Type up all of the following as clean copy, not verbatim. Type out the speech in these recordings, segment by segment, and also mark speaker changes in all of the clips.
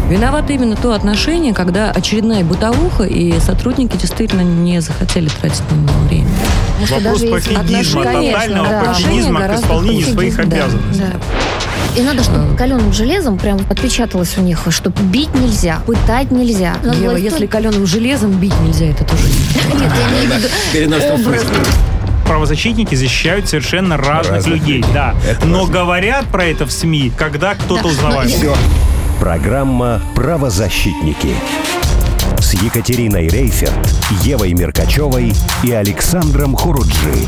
Speaker 1: Виновато именно то отношение, когда очередная бытовуха, и сотрудники действительно не захотели тратить на него время.
Speaker 2: Вопрос пофигизма, тотального пофигизма к исполнению своих обязанностей.
Speaker 3: И надо, чтобы каленым железом прям отпечаталось у них, что бить нельзя, пытать нельзя.
Speaker 1: Ева, если каленым железом бить нельзя, это тоже не.
Speaker 3: Нет, я имею в виду образ.
Speaker 2: Правозащитники защищают совершенно разных людей, да. Но говорят про это в СМИ, когда кто-то узнавает.
Speaker 4: Все. Программа «Правозащитники» с Екатериной Рейферт, Евой Меркачевой и Александром Хуруджи.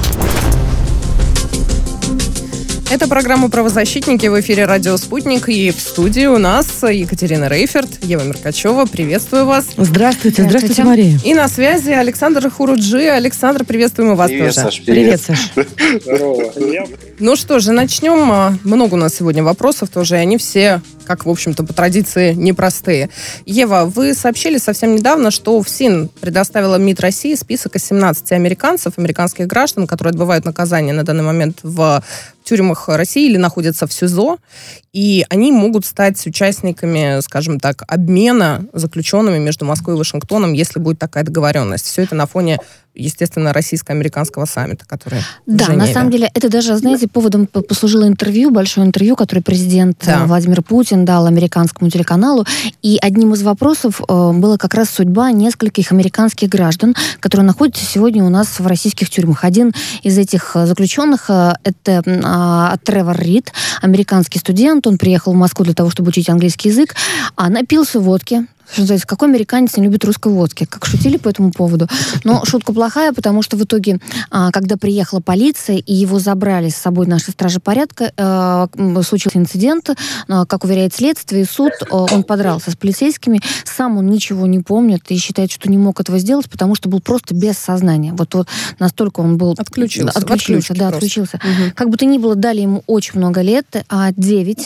Speaker 5: Это программа «Правозащитники», в эфире «Радио Спутник». И в студии у нас Екатерина Рейферт, Ева Меркачева. Приветствую вас.
Speaker 1: Здравствуйте, здравствуйте, Мария.
Speaker 5: И на связи Александр Хуруджи. Александр, приветствуем и вас
Speaker 6: Привет,
Speaker 5: тоже.
Speaker 6: Саш, привет.
Speaker 1: Саш.
Speaker 6: Здорово.
Speaker 5: Ну что же, начнем. Много у нас сегодня вопросов тоже, и они все, как, в общем-то, по традиции, непростые. Ева, вы сообщили совсем недавно, что ФСИН предоставила МИД России список из 17 американских граждан, которые отбывают наказание на данный момент в тюрьмах России или находятся в СИЗО, и они могут стать участниками, скажем так, обмена заключенными между Москвой и Вашингтоном, если будет такая договоренность. Все это на фоне, естественно, российско-американского саммита, который в
Speaker 3: Да,
Speaker 5: Женеве.
Speaker 3: на самом деле, это даже, знаете, поводом послужило большое интервью, которое президент Владимир Путин дал американскому телеканалу, и одним из вопросов была как раз судьба нескольких американских граждан, которые находятся сегодня у нас в российских тюрьмах. Один из этих заключенных это Тревор Рид, американский студент. Он приехал в Москву для того, чтобы учить английский язык, а напился водки. Что называется, какой американец не любит русской водки? Как шутили по этому поводу. Но шутка плохая, потому что в итоге, когда приехала полиция и его забрали с собой наши стражи порядка, случился инцидент, как уверяет следствие, суд, он подрался с полицейскими, сам он ничего не помнит и считает, что не мог этого сделать, потому что был просто без сознания. Вот настолько он был... Отключился. Угу. Как бы то ни было, дали ему очень много лет, 9,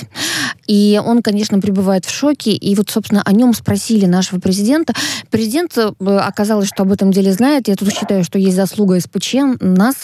Speaker 3: и он, конечно, пребывает в шоке, и вот, собственно, о нем спросили нашего президента. Президент, оказалось, что об этом деле знает. Я тут считаю, что есть заслуга СПЧ нас.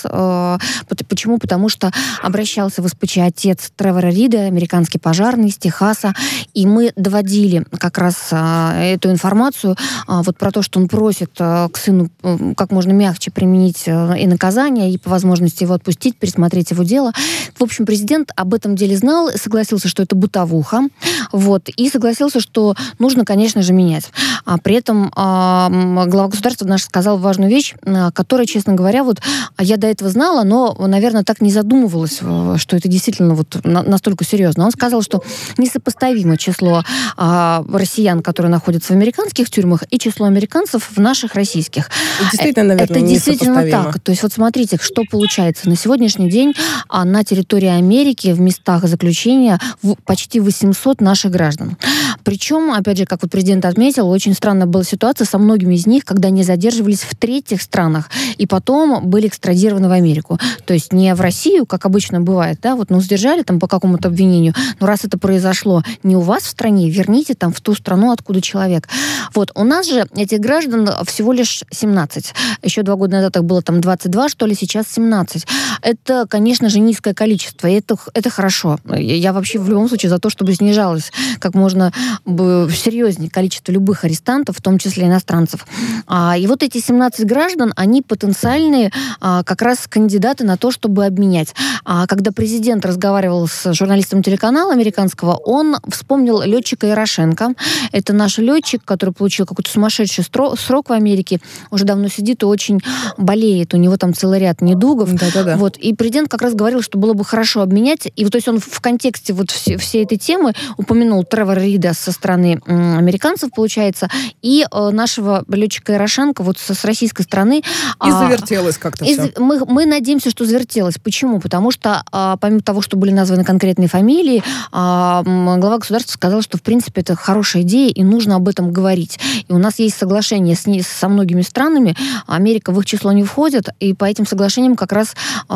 Speaker 3: Почему? Потому что обращался в СПЧ отец Тревора Рида, американский пожарный из Техаса, и мы доводили как раз эту информацию вот про то, что он просит к сыну как можно мягче применить и наказание, и по возможности его отпустить, пересмотреть его дело. В общем, президент об этом деле знал, согласился, что это бытовуха, вот, и согласился, что нужно, конечно же, менять. А при этом глава государства наш сказал важную вещь, которая, честно говоря, вот я до этого знала, но, наверное, так не задумывалась, что это действительно вот настолько серьезно. Он сказал, что несопоставимо число россиян, которые находятся в американских тюрьмах, и число американцев в наших российских.
Speaker 5: Действительно, наверное,
Speaker 3: это действительно так. То есть вот смотрите, что получается. На сегодняшний день на территории Америки в местах заключения почти 800 наших граждан. Причем, опять же, как вот президент отметил, очень странная была ситуация со многими из них, когда они задерживались в третьих странах и потом были экстрадированы в Америку. То есть не в Россию, как обычно бывает, да, вот, задержали там по какому-то обвинению, но раз это произошло не у вас в стране, верните там в ту страну, откуда человек. Вот, у нас же этих граждан всего лишь 17. Еще 2 года назад их было там 22, что ли, сейчас 17. Это, конечно же, низкое количество, и это хорошо. Я вообще в любом случае за то, чтобы снижалось как можно серьезнее количество любых арестантов, в том числе иностранцев. И вот эти 17 граждан, они потенциальные как раз кандидаты на то, чтобы обменять. Когда президент разговаривал с журналистом телеканала американского, он вспомнил летчика Ярошенко. Это наш летчик, который получил какой-то сумасшедший срок в Америке, уже давно сидит и очень болеет. У него там целый ряд недугов.
Speaker 5: Да-да-да.
Speaker 3: Вот. И президент как раз говорил, что было бы хорошо обменять. И вот, то есть он в контексте вот всей этой темы упомянул Тревора Рида со стороны американцев, получается, и нашего летчика Ярошенко вот с российской стороны.
Speaker 5: И завертелось как-то все.
Speaker 3: Мы надеемся, что завертелось. Почему? Потому что помимо того, что были названы конкретные фамилии, глава государства сказал, что в принципе это хорошая идея и нужно об этом говорить. И у нас есть соглашение со многими странами, Америка в их число не входит, и по этим соглашениям как раз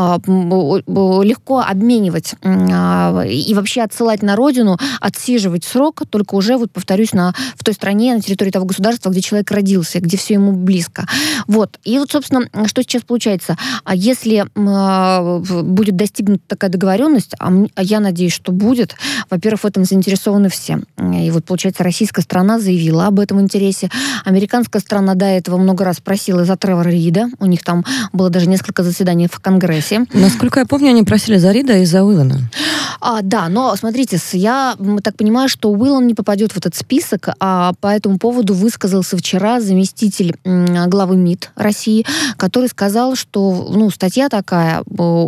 Speaker 3: легко обменивать и вообще отсылать на родину, отсиживать срок, только уже, вот повторюсь, в той стране, на территории того государства, где человек родился, где все ему близко. Вот. И вот, собственно, что сейчас получается? Если будет достигнута такая договоренность, а я надеюсь, что будет, во-первых, в этом заинтересованы все. И вот, получается, российская сторона заявила об этом интересе. Американская сторона до этого много раз просила за Тревора Рида. У них там было даже несколько заседаний в Конгрессе.
Speaker 1: Насколько я помню, они просили за Рида и за Уиллана.
Speaker 3: Да, но смотрите, я так понимаю, что Уиллан не попадет в этот список, а по этому поводу высказался вчера заместитель главы МИД России, который сказал, что статья такая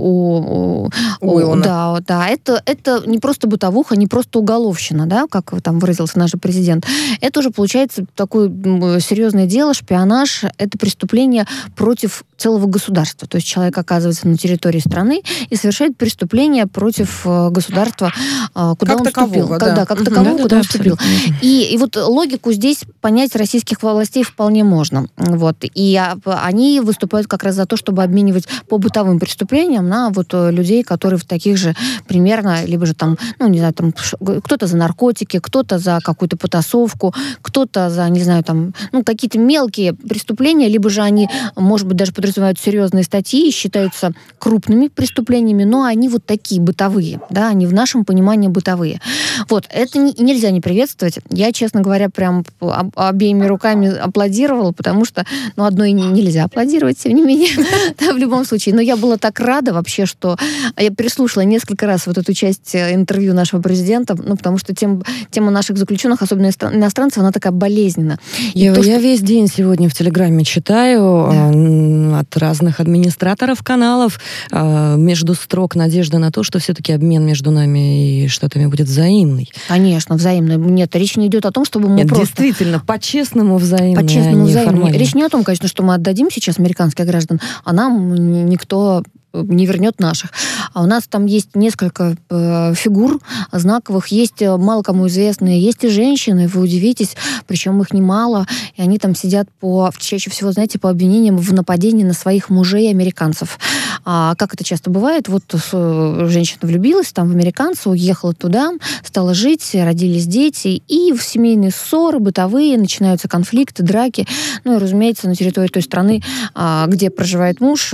Speaker 3: у Уиллана. Да, это не просто бытовуха, не просто уголовщина, да, как там выразился наш президент. Это уже получается такое серьезное дело, шпионаж, это преступление против целого государства. То есть человек оказывается на территории страны и совершает преступление против государства, куда
Speaker 5: как
Speaker 3: он
Speaker 5: такового,
Speaker 3: вступил.
Speaker 5: да.
Speaker 3: Как такового, куда он вступил. И вот логику здесь понять российских властей вполне можно. Вот. И они выступают как раз за то, чтобы обменивать по бытовым преступлениям на вот людей, которые в таких же примерно, либо же там, не знаю, там кто-то за наркотики, кто-то за какую-то потасовку, кто-то за, не знаю, там, какие-то мелкие преступления, либо же они, может быть, даже подразумевают серьезные статьи и считаются крупными преступлениями, но они вот такие бытовые, да, они в нашем понимании бытовые. Вот, это нельзя не приветствовать. Я, честно говоря, прям обеими руками аплодировала, потому что, одной нельзя аплодировать, тем не менее, в любом случае. Но я была так рада вообще, что я переслушала несколько раз вот эту часть интервью нашего президента, потому что тема наших заключенных, особенно иностранцев, она такая болезненная.
Speaker 1: Я весь день сегодня в Телеграме читаю от разных администраторов каналов между строк надежда на то, что все-таки обмен между нами и Штатами будет взаимный.
Speaker 3: Конечно, взаимный. Нет, речь не идет о том, чтобы мы
Speaker 1: действительно, по-честному взаимный,
Speaker 3: по-честному взаимный.
Speaker 1: Формально.
Speaker 3: Речь не о том, конечно, что мы отдадим сейчас американских граждан, а нам никто не вернет наших. А у нас там есть несколько фигур знаковых, есть мало кому известные, есть и женщины, вы удивитесь, причем их немало, и они там сидят чаще всего, знаете, по обвинениям в нападении на своих мужей американцев. Как это часто бывает, вот женщина влюбилась там в американца, уехала туда, стала жить, родились дети, и в семейные ссоры, бытовые, начинаются конфликты, драки, и, разумеется, на территории той страны, где проживает муж,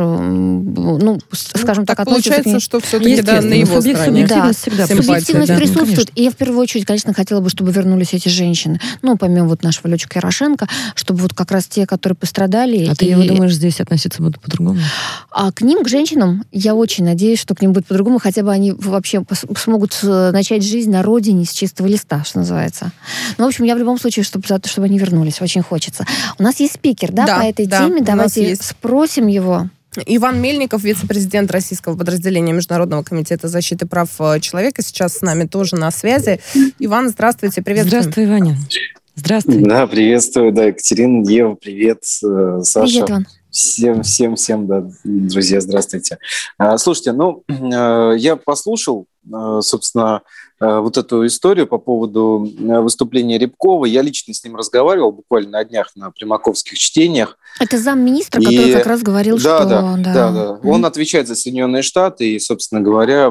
Speaker 3: скажем так,
Speaker 5: получается, что все-таки на его стороне.
Speaker 3: Да, субъективность присутствует. И я в первую очередь, конечно, хотела бы, чтобы вернулись эти женщины. Помимо вот нашего летчика Ярошенко, чтобы вот как раз те, которые пострадали.
Speaker 1: А ты думаешь, здесь относиться будут по-другому?
Speaker 3: А к ним, к женщинам, я очень надеюсь, что к ним будет по-другому, хотя бы они вообще смогут начать жизнь на родине с чистого листа, что называется. В общем, я в любом случае, чтобы они вернулись, очень хочется. У нас есть спикер, по этой теме. Давайте спросим его.
Speaker 5: Иван Мельников, вице-президент российского подразделения Международного комитета защиты прав человека, сейчас с нами тоже на связи. Иван, здравствуйте, приветствуем.
Speaker 1: Здравствуй, Ваня. Здравствуй.
Speaker 6: Да, приветствую, Екатерина, Ева, привет, Саша.
Speaker 3: Привет, Иван.
Speaker 6: Всем, друзья, здравствуйте. Слушайте, я послушал, собственно, вот эту историю по поводу выступления Рябкова. Я лично с ним разговаривал буквально на днях на примаковских чтениях.
Speaker 3: Это замминистра, который как раз говорил, что...
Speaker 6: Да. Он отвечает за Соединенные Штаты, и, собственно говоря,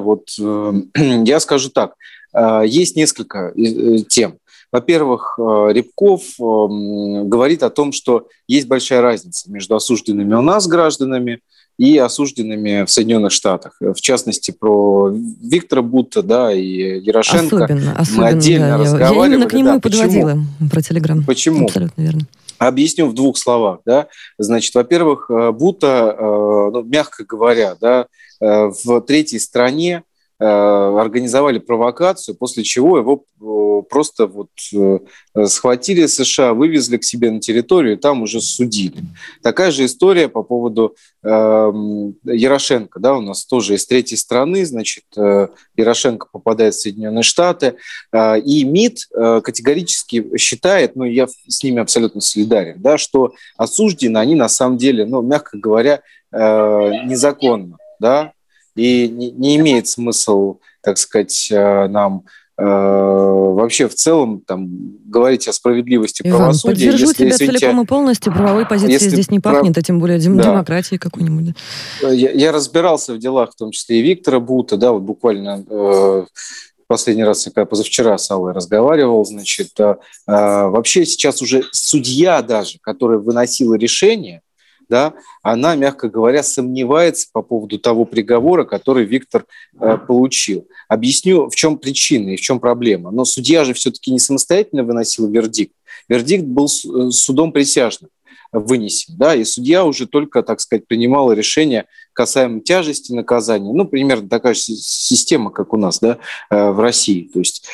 Speaker 6: я скажу так, есть несколько тем. Во-первых, Рябков говорит о том, что есть большая разница между осужденными у нас гражданами и осужденными в Соединенных Штатах. В частности, про Виктора Бутта, и Ярошенко.
Speaker 1: Особенно,
Speaker 6: мы отдельно разговаривали.
Speaker 1: Я именно к нему и подводила про Телеграм.
Speaker 6: Почему?
Speaker 1: Абсолютно верно.
Speaker 6: Объясню в двух словах. Значит, во-первых, Бутта, мягко говоря, в третьей стране организовали провокацию, после чего его просто схватили США, вывезли к себе на территорию, и там уже судили. Такая же история по поводу Ярошенко. У нас тоже из третьей страны, значит, Ярошенко попадает в Соединенные Штаты, и МИД категорически считает, я с ними абсолютно солидарен, что осуждены они на самом деле, мягко говоря, незаконно, и не имеет смысл, так сказать, нам вообще в целом говорить о справедливости правосудия.
Speaker 1: Иван, поддержу тебя целиком и полностью. Правовой позиции здесь не пахнет, а тем более демократии какой-нибудь.
Speaker 6: Я разбирался в делах, в том числе и Виктора Бутта, буквально последний раз, я позавчера с Аллой разговаривал, значит, вообще сейчас уже судья даже, которая выносила решение, да, она, мягко говоря, сомневается по поводу того приговора, который Виктор получил. Объясню, в чем причина и в чем проблема. Но судья же все-таки не самостоятельно выносил вердикт. Вердикт был судом присяжных вынесен, да, и судья уже только, так сказать, принимала решение касаемо тяжести наказания. Ну, примерно такая же система, как у нас, да, в России. То есть,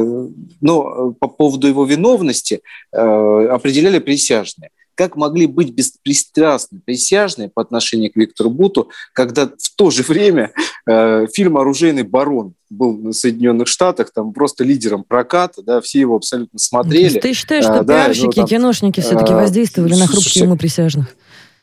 Speaker 6: но по поводу его виновности определяли присяжные. Как могли быть беспристрастны присяжные по отношению к Виктору Буту, когда в то же время фильм «Оружейный барон» был в Соединенных Штатах там просто лидером проката, да, все его абсолютно смотрели.
Speaker 1: Ты считаешь, что пиарщики, киношники все-таки воздействовали на хрупкие умы присяжных?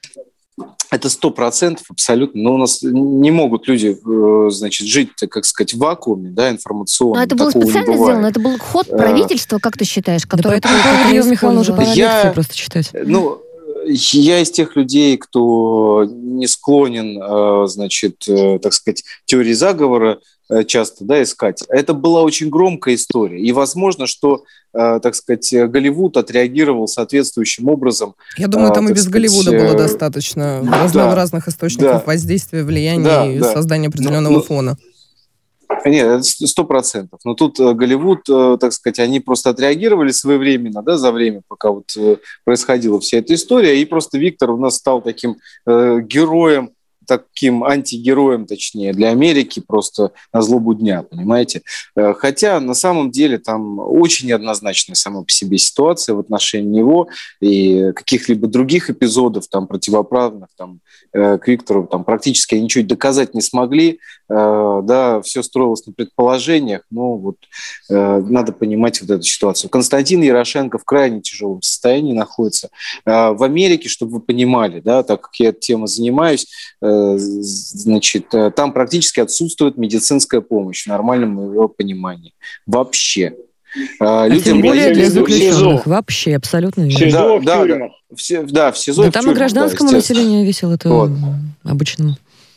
Speaker 6: Это 100% абсолютно. Но у нас не могут люди, значит, жить, так сказать, в вакууме, да, информационном.
Speaker 3: Но это было специально сделано? Это был ход правительства, как ты считаешь?
Speaker 1: Который Ева Михайловна уже пора лекции просто читать.
Speaker 6: Ну, я из тех людей, кто не склонен, значит, так сказать, теории заговора часто, да, искать. Это была очень громкая история. И возможно, что, так сказать, Голливуд отреагировал соответствующим образом.
Speaker 5: Я думаю, там и без Голливуда было достаточно разнообразных источников воздействия, влияния и создания определенного фона.
Speaker 6: Нет, 100%. Но тут Голливуд, так сказать, они просто отреагировали своевременно, да, за время, пока вот происходила вся эта история, и просто Виктор у нас стал таким героем, таким антигероем, точнее, для Америки просто на злобу дня, понимаете? Хотя на самом деле там очень неоднозначная сама по себе ситуация в отношении него, и каких-либо других эпизодов там противоправных там, к Виктору там практически ничего доказать не смогли, да, все строилось на предположениях, но вот надо понимать вот эту ситуацию. Константин Ярошенко в крайне тяжелом состоянии находится. В Америке, чтобы вы понимали, да, так как я этой темой занимаюсь, значит, там практически отсутствует медицинская помощь в нормальном его понимании. Вообще.
Speaker 1: Тем более для заключенных. Вообще, абсолютно верно.
Speaker 6: В СИЗО и в
Speaker 1: там
Speaker 6: тюрьмах,
Speaker 1: и гражданскому населению весело, это вот. Обычному.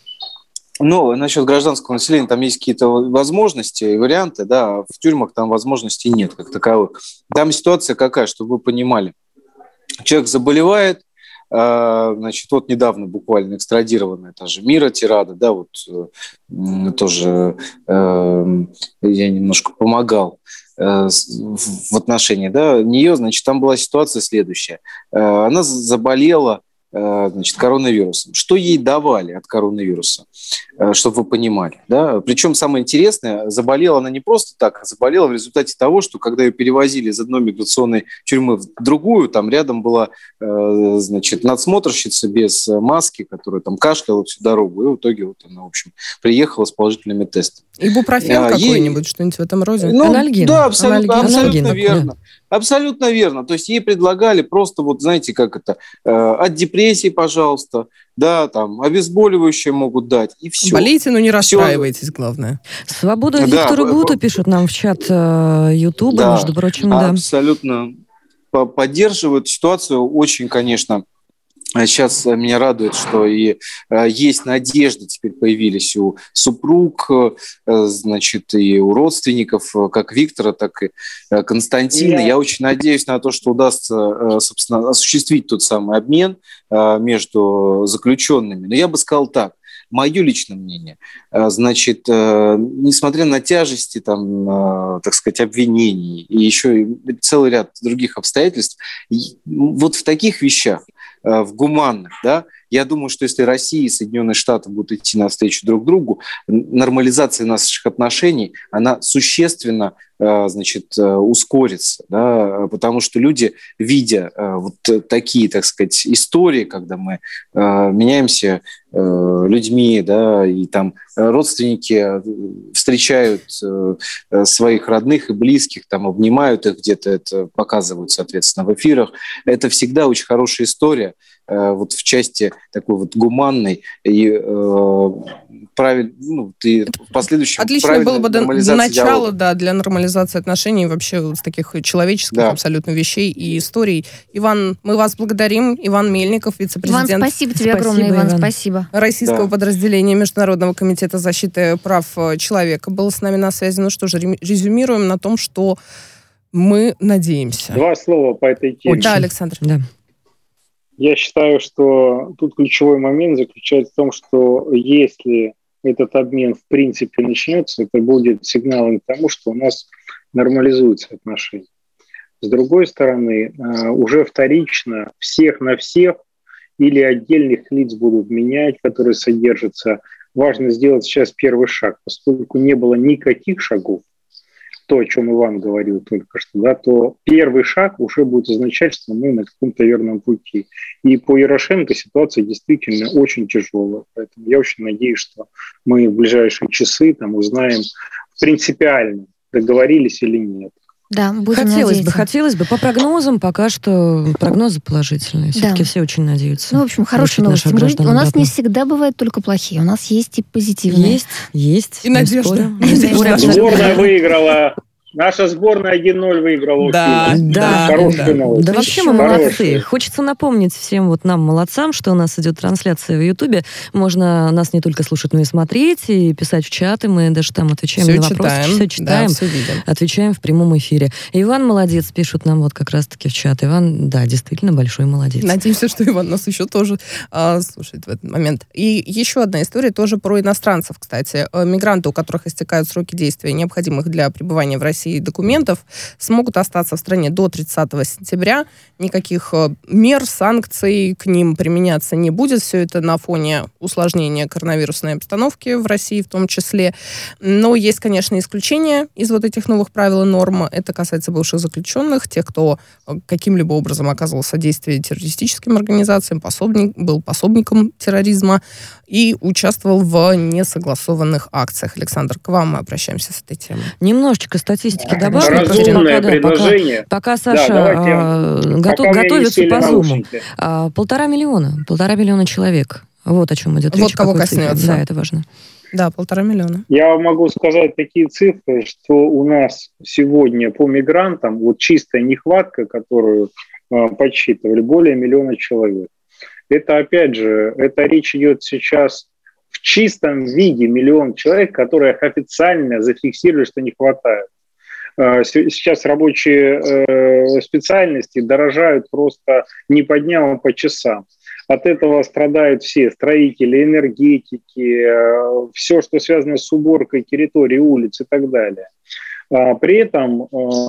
Speaker 6: Ну, насчет гражданского населения там есть какие-то возможности и варианты, да, в тюрьмах там возможностей нет как таковых. Там ситуация какая, чтобы вы понимали. Человек заболевает, значит, вот недавно буквально экстрадированная та же Мира Тирада, да, вот тоже я немножко помогал в отношении, да, нее, значит, там была ситуация следующая. Она заболела, значит, коронавирусом. Что ей давали от коронавируса, чтобы вы понимали, да? Причем самое интересное, заболела она не просто так, а заболела в результате того, что когда ее перевозили из одной миграционной тюрьмы в другую, там рядом была, значит, надсмотрщица без маски, которая там кашляла всю дорогу, и в итоге вот она, в общем, приехала с положительными тестами.
Speaker 5: Ибупрофен какой-нибудь, что-нибудь в этом роде?
Speaker 6: Ну,
Speaker 1: анальгин.
Speaker 6: Да, абсолютно верно.
Speaker 1: Да.
Speaker 6: Абсолютно верно. То есть ей предлагали просто, вот знаете, как это, от депрессии, пожалуйста, да, там, обезболивающие могут дать, и все.
Speaker 5: Болейте, но не расстраивайтесь, главное.
Speaker 1: Свобода Виктору Буту, пишут нам в чат Ютуба, между прочим, да.
Speaker 6: Абсолютно поддерживают ситуацию, очень, конечно. Сейчас меня радует, что и есть надежды теперь появились у супруг, значит, и у родственников, как Виктора, так и Константина. Я очень надеюсь на то, что удастся, собственно, осуществить тот самый обмен между заключенными. Но я бы сказал так. Мое личное мнение, значит, несмотря на тяжести, там, так сказать, обвинений и еще целый ряд других обстоятельств, вот в таких вещах, в гуманных, да, я думаю, что если Россия и Соединенные Штаты будут идти навстречу друг другу, нормализация наших отношений, она существенно, значит, ускорится, да, потому что люди, видя вот такие, так сказать, истории, когда мы меняемся людьми, да, и там родственники встречают своих родных и близких, там обнимают их где-то, это показывают, соответственно, в эфирах, это всегда очень хорошая история, вот в части такой вот гуманной и ты в последующем
Speaker 5: отлично было бы начало,
Speaker 6: диалога.
Speaker 5: для нормализации отношений вообще с таких человеческих абсолютно вещей и историй. Иван, мы вас благодарим. Иван Мельников, вице-президент.
Speaker 3: Иван, спасибо тебе огромное, Иван, спасибо.
Speaker 5: Российского подразделения Международного комитета защиты прав человека был с нами на связи. Ну что же, резюмируем на том, что мы надеемся.
Speaker 7: 2 слова по этой теме.
Speaker 5: Да, Александр. Да.
Speaker 7: Я считаю, что тут ключевой момент заключается в том, что если этот обмен в принципе начнется, это будет сигналом к тому, что у нас нормализуются отношения. С другой стороны, уже вторично всех на всех или отдельных лиц будут менять, которые содержатся. Важно сделать сейчас первый шаг, поскольку не было никаких шагов, то, о чем Иван говорил только что, то первый шаг уже будет означать, что мы на каком-то верном пути. И по Ярошенко ситуация действительно очень тяжелая. Поэтому я очень надеюсь, что мы в ближайшие часы узнаем принципиально, договорились или нет.
Speaker 3: Да, будем надеяться.
Speaker 1: Хотелось бы. По прогнозам пока что прогнозы положительные. Все-таки все очень надеются.
Speaker 3: В общем, хорошие новости. У нас не всегда бывают только плохие. У нас есть и позитивные.
Speaker 1: Есть.
Speaker 5: И надежда.
Speaker 7: Сборная выиграла. Наша сборная 1-0 выиграла.
Speaker 1: Да.
Speaker 7: Хорошая новость.
Speaker 1: Да вообще мы молодцы. Хочется напомнить всем нам, молодцам, что у нас идет трансляция в Ютубе. Можно нас не только слушать, но и смотреть, и писать в чаты. Мы даже там отвечаем на вопросы. Все читаем,
Speaker 5: все видим.
Speaker 1: Отвечаем в прямом эфире. Иван молодец, пишут нам как раз-таки в чат. Иван, действительно большой молодец.
Speaker 5: Надеемся, что Иван нас еще тоже слушает в этот момент. И еще одна история тоже про иностранцев, кстати. Мигранты, у которых истекают сроки действия необходимых для пребывания в России документов, смогут остаться в стране до 30 сентября. Никаких мер, санкций к ним применяться не будет. Все это на фоне усложнения коронавирусной обстановки в России в том числе. Но есть, конечно, исключения из этих новых правил и норм. Это касается бывших заключенных, тех, кто каким-либо образом оказывал содействие террористическим организациям, был пособником терроризма и участвовал в несогласованных акциях. Александр, к вам мы обращаемся с этой темой.
Speaker 1: Немножечко статистики добавлю.
Speaker 7: Разумное предложение.
Speaker 1: Пока Саша готовится по Зуму. 1,5 миллиона человек. Вот о чем идет речь.
Speaker 5: Вот кого коснется.
Speaker 1: Да, это важно.
Speaker 5: Да, 1,5 миллиона.
Speaker 7: Я могу сказать такие цифры, что у нас сегодня по мигрантам чистая нехватка, которую подсчитывали, более 1 миллиона человек. Это, опять же, речь идет сейчас в чистом виде 1 миллион человек, которые официально зафиксировали, что не хватает. Сейчас рабочие специальности дорожают просто не по дням, а по часам. От этого страдают все строители, энергетики, все, что связано с уборкой территории, улиц и так далее. При этом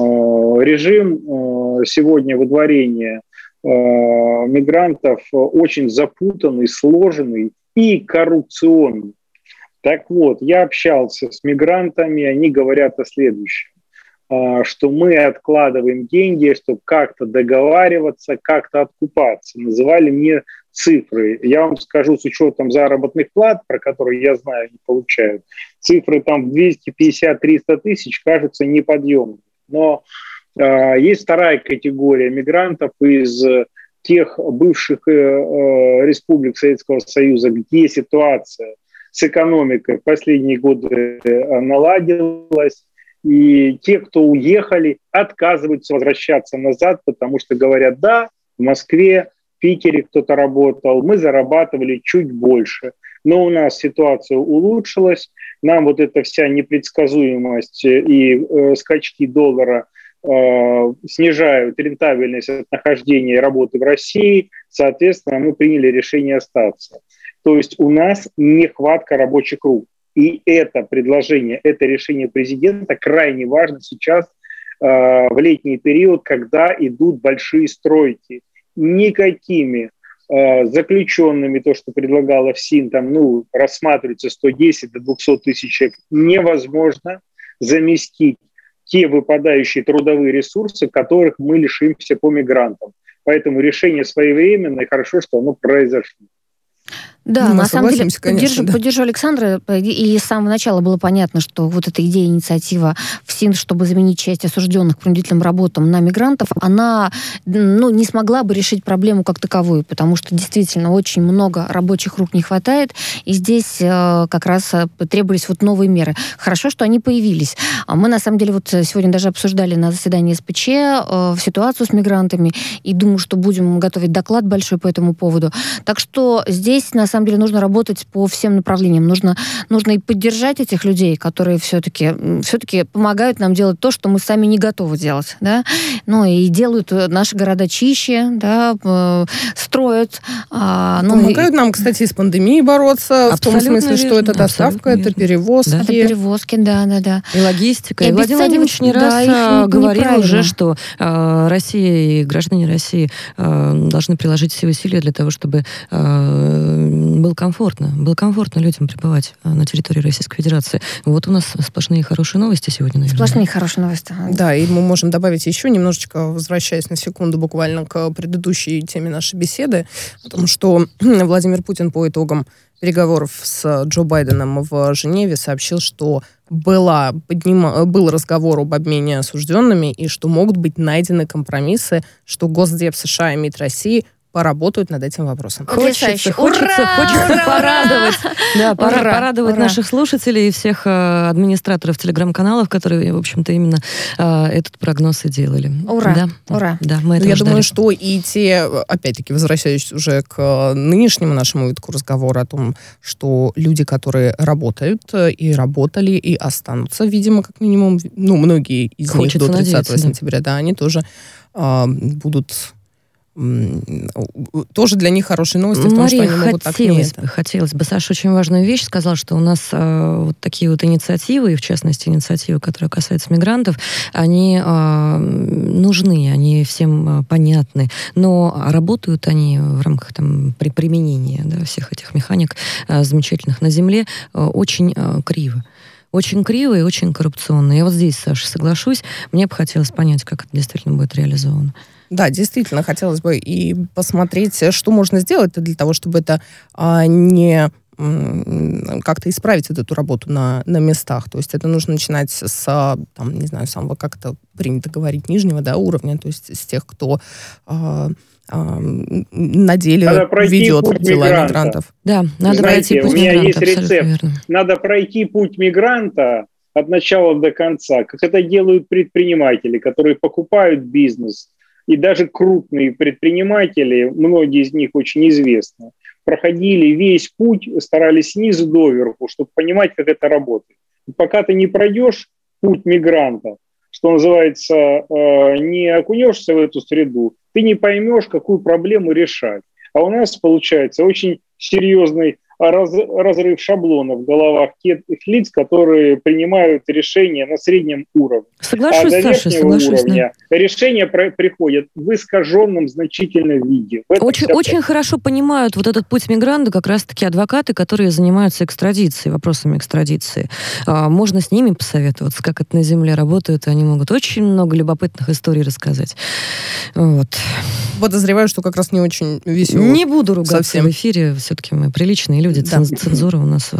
Speaker 7: режим сегодня выдворения мигрантов очень запутанный, сложный и коррупционный. Так вот, я общался с мигрантами, они говорят о следующем, что мы откладываем деньги, чтобы как-то договариваться, как-то откупаться. Называли мне цифры. Я вам скажу, с учетом заработных плат, про которые я знаю, они получают, цифры там 250-300 тысяч кажутся неподъемными. Но есть вторая категория мигрантов из тех бывших республик Советского Союза, где ситуация с экономикой в последние годы наладилась, и те, кто уехали, отказываются возвращаться назад, потому что говорят, да, в Москве, в Питере кто-то работал, мы зарабатывали чуть больше, но у нас ситуация улучшилась, нам эта вся непредсказуемость и скачки доллара снижают рентабельность от нахождения и работы в России, соответственно, мы приняли решение остаться. То есть у нас нехватка рабочих рук. И это предложение, это решение президента крайне важно сейчас в летний период, когда идут большие стройки. Никакими заключенными, то, что предлагала ФСИН, рассматривается 110 до 200 тысяч человек, невозможно заместить те выпадающие трудовые ресурсы, которых мы лишимся по мигрантам. Поэтому решение своевременное, и хорошо, что оно произошло.
Speaker 3: Да, на самом деле,
Speaker 5: конечно,
Speaker 3: поддержу Александра, и с самого начала было понятно, что вот эта идея, инициатива ФСИН, чтобы заменить часть осужденных к принудительным работам на мигрантов, она не смогла бы решить проблему как таковую, потому что действительно очень много рабочих рук не хватает, и здесь как раз требовались вот новые меры. Хорошо, что они появились. Мы, на самом деле, вот сегодня даже обсуждали на заседании СПЧ ситуацию с мигрантами, и думаю, что будем готовить доклад большой по этому поводу. Так что здесь, на самом деле, нужно работать по всем направлениям. Нужно и поддержать этих людей, которые все-таки помогают нам делать то, что мы сами не готовы делать, да, и делают наши города чище, да, строят.
Speaker 5: Помогают нам, кстати, с пандемией бороться, в том смысле, что это доставка, это перевозки.
Speaker 3: Да. Это перевозки, да.
Speaker 1: И логистика. И Владимир Владимирович не раз говорил уже, что Россия и граждане России должны приложить все усилия для того, чтобы было комфортно людям пребывать на территории Российской Федерации. Вот у нас сплошные хорошие новости сегодня, наверное.
Speaker 3: Сплошные хорошие новости.
Speaker 5: Да, и мы можем добавить еще немножечко, возвращаясь на секунду буквально к предыдущей теме нашей беседы, о том, что Владимир Путин по итогам переговоров с Джо Байденом в Женеве сообщил, что был разговор об обмене осужденными и что могут быть найдены компромиссы, что Госдеп США и МИД России поработают над этим вопросом.
Speaker 1: Хочется порадовать. Да, порадовать наших слушателей и всех администраторов телеграм-каналов, которые, в общем-то, именно этот прогноз и делали.
Speaker 3: Ура!
Speaker 1: Да, мы это
Speaker 5: Я думаю, что и те, опять-таки, возвращаясь уже к нынешнему нашему витку разговора о том, что люди, которые работают и работали, и останутся, видимо, как минимум, многие из них до 30 сентября, да, они тоже будут... Тоже для них хорошие новости в том, что они могут так не...
Speaker 1: Хотелось бы. Саша очень важную вещь сказал, что у нас вот такие вот инициативы, и в частности инициативы, которые касаются мигрантов, они нужны, они всем понятны, но работают они в рамках применения всех этих механик замечательных на земле очень криво. Очень криво и очень коррупционно. Я вот здесь, Саша, соглашусь. Мне бы хотелось понять, как это действительно будет реализовано.
Speaker 5: Да, действительно, хотелось бы и посмотреть, что можно сделать для того, чтобы это не как-то исправить вот эту работу на местах. То есть это нужно начинать с, самого, как это принято говорить, нижнего уровня, то есть с тех, кто на деле ведет дела мигрантов.
Speaker 1: Да, надо пройти путь мигранта.
Speaker 7: У меня есть рецепт. Надо пройти путь мигранта от начала до конца, как это делают предприниматели, которые покупают бизнес. И даже крупные предприниматели, многие из них очень известны, проходили весь путь, старались снизу доверху, чтобы понимать, как это работает. И пока ты не пройдешь путь мигранта, что называется, не окунешься в эту среду, ты не поймешь, какую проблему решать. А у нас получается очень серьезный разрыв шаблонов в головах тех лиц, которые принимают решения на среднем уровне.
Speaker 1: Соглашусь,
Speaker 7: до верхнего уровня
Speaker 1: да.
Speaker 7: Решения приходят в искаженном значительном виде.
Speaker 1: Очень хорошо понимают вот этот путь мигранта как раз-таки адвокаты, которые занимаются экстрадицией, вопросами экстрадиции. Можно с ними посоветоваться, как это на земле работает, они могут очень много любопытных историй рассказать. Вот.
Speaker 5: Подозреваю, что как раз не очень весело.
Speaker 1: Не буду ругаться
Speaker 5: совсем
Speaker 1: в эфире, все-таки мы приличные люди, да. Цензура у нас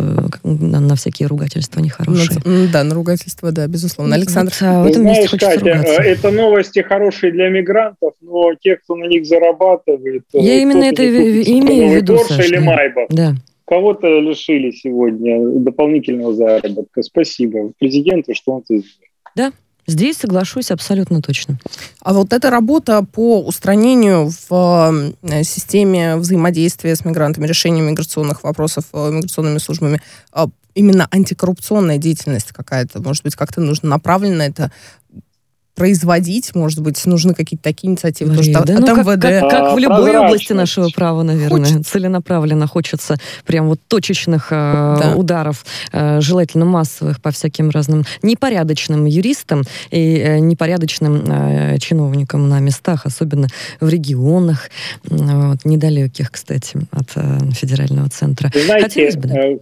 Speaker 1: на всякие ругательства нехорошие.
Speaker 5: На ругательства, да, безусловно. Александр.
Speaker 1: В этом месте хочется ругаться.
Speaker 7: Это новости хорошие для мигрантов, но те, кто на них зарабатывает...
Speaker 1: Я именно это имею в виду,
Speaker 7: Саша. Или Майбах.
Speaker 1: Да.
Speaker 7: Кого-то лишили сегодня дополнительного заработка. Спасибо президенту, что он это сделал.
Speaker 1: Да. Здесь соглашусь абсолютно точно.
Speaker 5: А вот эта работа по устранению в системе взаимодействия с мигрантами, решения миграционных вопросов миграционными службами, именно антикоррупционная деятельность какая-то, может быть, как-то нужно направленно это производить, может быть, нужны какие-то такие инициативы, потому что от МВД...
Speaker 1: Как в любой области нашего права, наверное, целенаправленно хочется прям вот точечных ударов, желательно массовых по всяким разным непорядочным юристам и непорядочным чиновникам на местах, особенно в регионах, недалеких, кстати, от федерального центра.
Speaker 7: Знаете,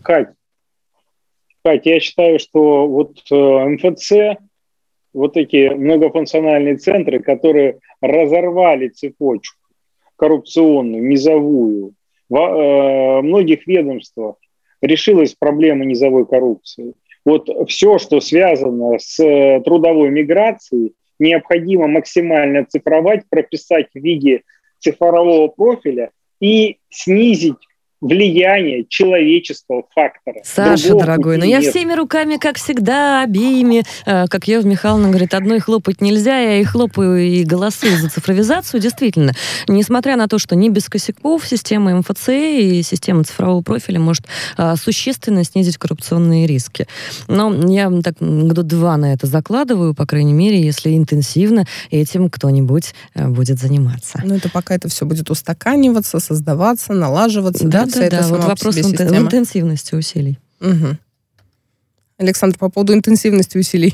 Speaker 7: Кать, я считаю, что вот МФЦ, вот эти многофункциональные центры, которые разорвали цепочку коррупционную, низовую, во многих ведомствах решилась проблема низовой коррупции. Вот все, что связано с трудовой миграцией, необходимо максимально оцифровать, прописать в виде цифрового профиля и снизить влияние человеческого фактора.
Speaker 1: Саша, дорогой, но я всеми руками, как всегда, обеими, как Ева Михайловна говорит, одной хлопать нельзя, я и хлопаю, и голосую за цифровизацию. Действительно, несмотря на то, что не без косяков, система МФЦ и система цифрового профиля может существенно снизить коррупционные риски. Но я так года 2 на это закладываю, по крайней мере, если интенсивно этим кто-нибудь будет заниматься.
Speaker 5: Ну, это пока это все будет устаканиваться, создаваться, налаживаться, да?
Speaker 1: Да, вот вопрос в интенсивности усилий.
Speaker 5: Угу. Александр, по поводу интенсивности усилий.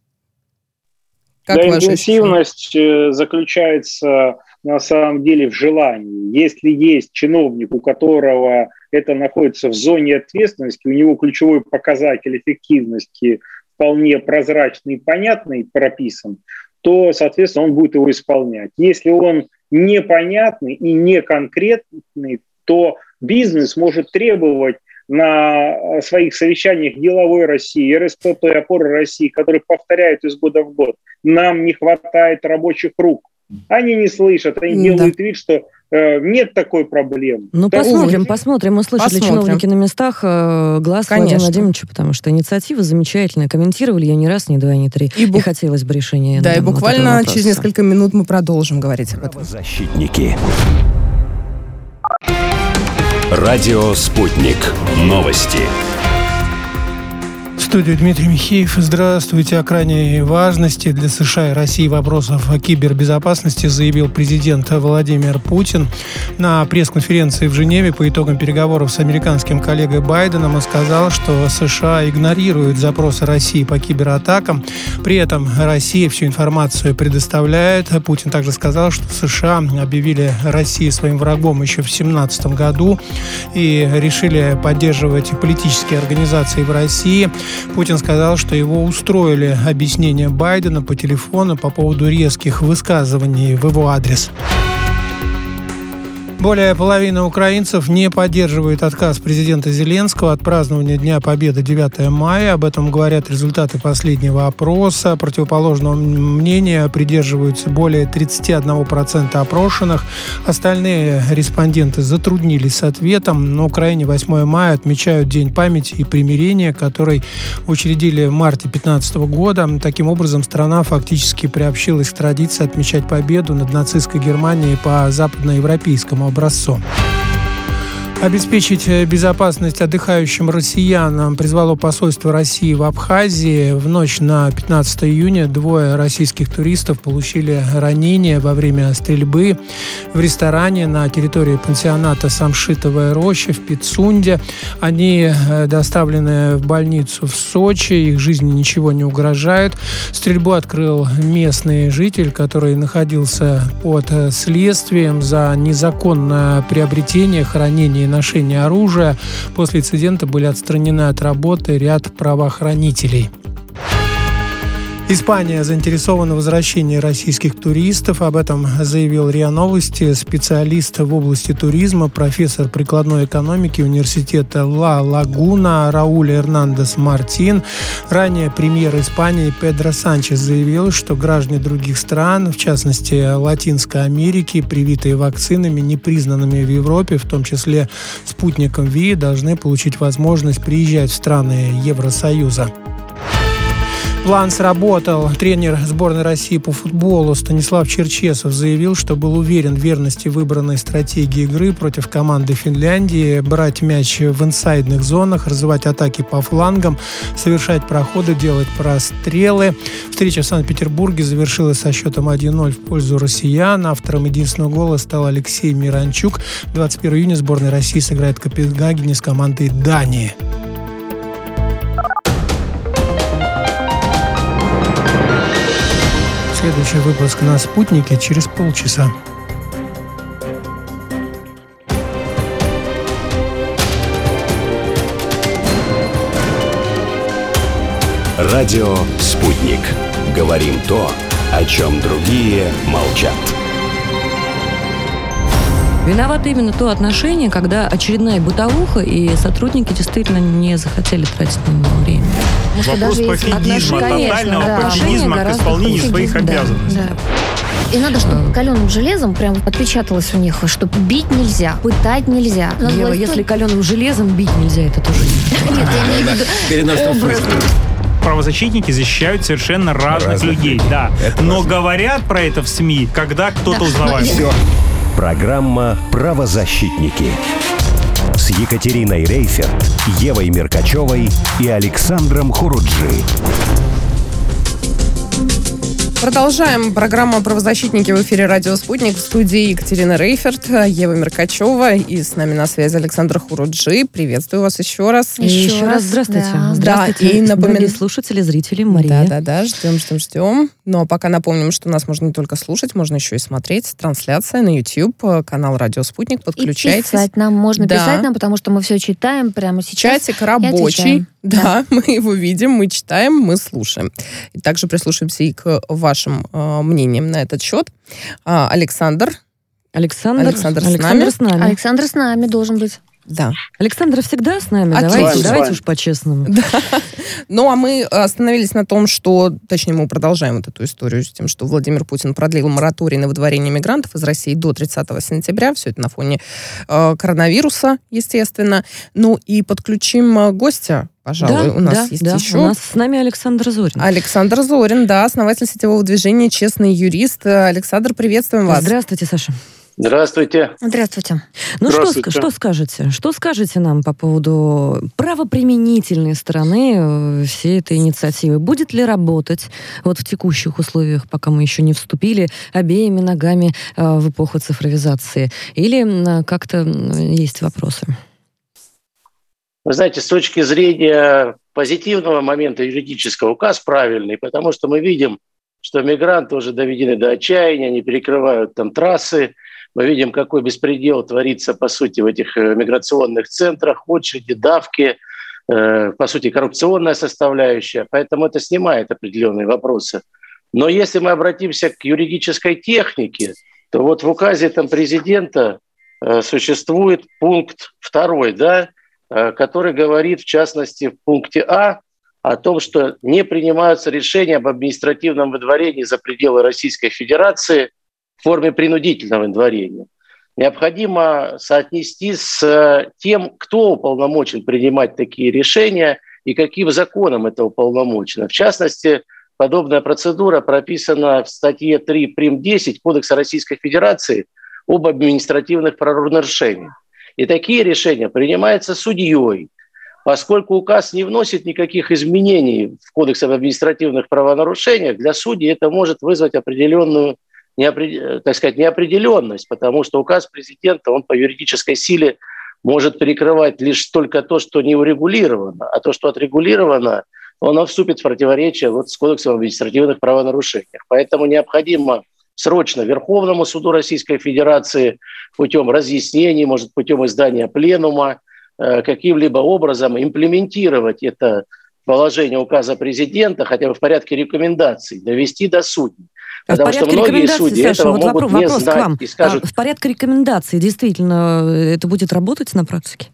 Speaker 7: Как интенсивность заключается на самом деле в желании. Если есть чиновник, у которого это находится в зоне ответственности, у него ключевой показатель эффективности вполне прозрачный и понятный, прописан, то, соответственно, он будет его исполнять. Если он непонятный и не конкретный, то бизнес может требовать на своих совещаниях деловой России, РСПП, опоры России, которые повторяют из года в год: нам не хватает рабочих рук. Они не слышат, они делают вид, что нет такой проблемы.
Speaker 1: Ну, посмотрим. Услышали чиновники на местах глаз Владимира Владимировича, потому что инициатива замечательная. Комментировали ее ни раз, ни два, ни три. И хотелось бы решения.
Speaker 5: Да, и буквально через несколько минут мы продолжим говорить об этом.
Speaker 4: Защитники. Радио «Спутник». Новости.
Speaker 8: В студию Дмитрий Михеев. Здравствуйте. О крайней важности для США и России вопросов кибербезопасности заявил президент Владимир Путин на пресс-конференции в Женеве по итогам переговоров с американским коллегой Байденом и сказал, что США игнорируют запросы России по кибератакам. При этом Россия всю информацию предоставляет. Путин также сказал, что США объявили Россию своим врагом еще в 2017 году и решили поддерживать политические организации в России. Путин сказал, что его устроили объяснения Байдена по телефону по поводу резких высказываний в его адрес. Более половины украинцев не поддерживают отказ президента Зеленского от празднования Дня Победы 9 мая. Об этом говорят результаты последнего опроса. Противоположного мнения придерживаются более 31% опрошенных. Остальные респонденты затруднились с ответом. На Украине 8 мая отмечают День памяти и примирения, который учредили в марте 2015 года. Таким образом, страна фактически приобщилась к традиции отмечать победу над нацистской Германией по западноевропейскому образцу. Обеспечить безопасность отдыхающим россиянам призвало посольство России в Абхазии. В ночь на 15 июня 2 российских туристов получили ранения во время стрельбы в ресторане на территории пансионата «Самшитовая роща» в Пицунде. Они доставлены в больницу в Сочи. Их жизни ничего не угрожает. Стрельбу открыл местный житель, который находился под следствием за незаконное приобретение, хранение и ношение оружия. После инцидента были отстранены от работы ряд правоохранителей. Испания заинтересована в возвращении российских туристов. Об этом заявил РИА Новости специалист в области туризма, профессор прикладной экономики университета Ла Лагуна Рауль Эрнандес Мартин. Ранее премьер Испании Педро Санчес заявил, что граждане других стран, в частности Латинской Америки, привитые вакцинами, не признанными в Европе, в том числе спутником ВИ, должны получить возможность приезжать в страны Евросоюза. План сработал. Тренер сборной России по футболу Станислав Черчесов заявил, что был уверен в верности выбранной стратегии игры против команды Финляндии, брать мяч в инсайдных зонах, развивать атаки по флангам, совершать проходы, делать прострелы. Встреча в Санкт-Петербурге завершилась со счетом 1-0 в пользу россиян. Автором единственного гола стал Алексей Миранчук. 21 июня сборная России сыграет в Копенгагене с командой Дании. Следующий выпуск на «Спутнике» через полчаса.
Speaker 4: Радио «Спутник». Говорим то, о чем другие молчат.
Speaker 1: Виновато именно то отношение, когда очередная бытовуха, и сотрудники действительно не захотели тратить на него время.
Speaker 2: Вопрос пофигизма, тотального пофигизма к исполнению своих обязанностей.
Speaker 3: И надо, чтобы каленым железом прям отпечаталось у них, что бить нельзя, пытать нельзя.
Speaker 1: Ева, если каленым железом бить нельзя, это тоже не.
Speaker 3: Нет, я имею в виду образ.
Speaker 2: Правозащитники защищают совершенно разных людей, да. Но говорят про это в СМИ, когда кто-то узнавает.
Speaker 4: Программа «Правозащитники» с Екатериной Рейферт, Евой Меркачевой и Александром Хуруджи.
Speaker 5: Продолжаем программу «Правозащитники» в эфире «Радио Спутник». В студии Екатерина Рейферт, Ева Меркачева и с нами на связи Александр Хуруджи. Приветствую вас еще раз.
Speaker 1: Еще раз здравствуйте.
Speaker 5: Да.
Speaker 1: Здравствуйте,
Speaker 5: и
Speaker 1: дорогие слушатели, зрители, Мария.
Speaker 5: Да, ждем. Но пока напомним, что нас можно не только слушать, можно еще и смотреть. Трансляция на YouTube, канал «Радио Спутник». Подключайтесь.
Speaker 3: И писать нам, можно писать нам, потому что мы все читаем прямо сейчас.
Speaker 5: Чатик рабочий. Да, мы его видим, мы читаем, мы слушаем. И также прислушаемся и к вашим мнениям на этот счет. Александр с нами.
Speaker 3: Александр с нами должен быть.
Speaker 5: Да.
Speaker 1: Александр всегда с нами. Давайте уж по-честному.
Speaker 5: Да. Ну, а мы остановились на том, что, точнее, мы продолжаем вот эту историю с тем, что Владимир Путин продлил мораторий на выдворение мигрантов из России до 30 сентября. Все это на фоне коронавируса, естественно. Ну, и подключим гостя. Пожалуй, у нас есть еще.
Speaker 1: У нас с нами Александр Зорин.
Speaker 5: Александр Зорин, да, основатель сетевого движения «Честный юрист». Александр, приветствуем вас.
Speaker 1: Здравствуйте, Саша.
Speaker 9: Здравствуйте.
Speaker 3: Здравствуйте.
Speaker 1: Ну, что скажете? Что скажете нам по поводу правоприменительной стороны всей этой инициативы? Будет ли работать вот в текущих условиях, пока мы еще не вступили обеими ногами в эпоху цифровизации? Или как-то есть вопросы?
Speaker 9: Вы знаете, с точки зрения позитивного момента юридического, указ правильный, потому что мы видим, что мигранты уже доведены до отчаяния, они перекрывают там трассы. Мы видим, какой беспредел творится, по сути, в этих миграционных центрах, очереди, давки, по сути, коррупционная составляющая. Поэтому это снимает определенные вопросы. Но если мы обратимся к юридической технике, то вот в указе там президента существует пункт 2, да, который говорит, в частности, в пункте А, о том, что не принимаются решения об административном выдворении за пределы Российской Федерации в форме принудительного выдворения. Необходимо соотнести с тем, кто уполномочен принимать такие решения и каким законом это уполномочено. В частности, подобная процедура прописана в статье 3 прим. 10 Кодекса Российской Федерации об административных правонарушениях. И такие решения принимаются судьей. Поскольку указ не вносит никаких изменений в Кодекс об административных правонарушениях, для судей это может вызвать определенную, так сказать, неопределенность, потому что указ президента, он по юридической силе может перекрывать лишь только то, что не урегулировано, а то, что отрегулировано, оно вступит в противоречие вот с Кодексом об административных правонарушениях. Поэтому необходимо срочно Верховному суду Российской Федерации путем разъяснений, может, путем издания пленума, каким-либо образом имплементировать это положение указа президента, хотя бы в порядке рекомендаций, довести до судей. Потому что многие судьи
Speaker 1: Саша,
Speaker 9: этого
Speaker 1: вот
Speaker 9: могут не
Speaker 1: вопрос
Speaker 9: знать
Speaker 1: к вам.
Speaker 9: И скажут...
Speaker 1: В порядке рекомендаций действительно это будет работать на практике?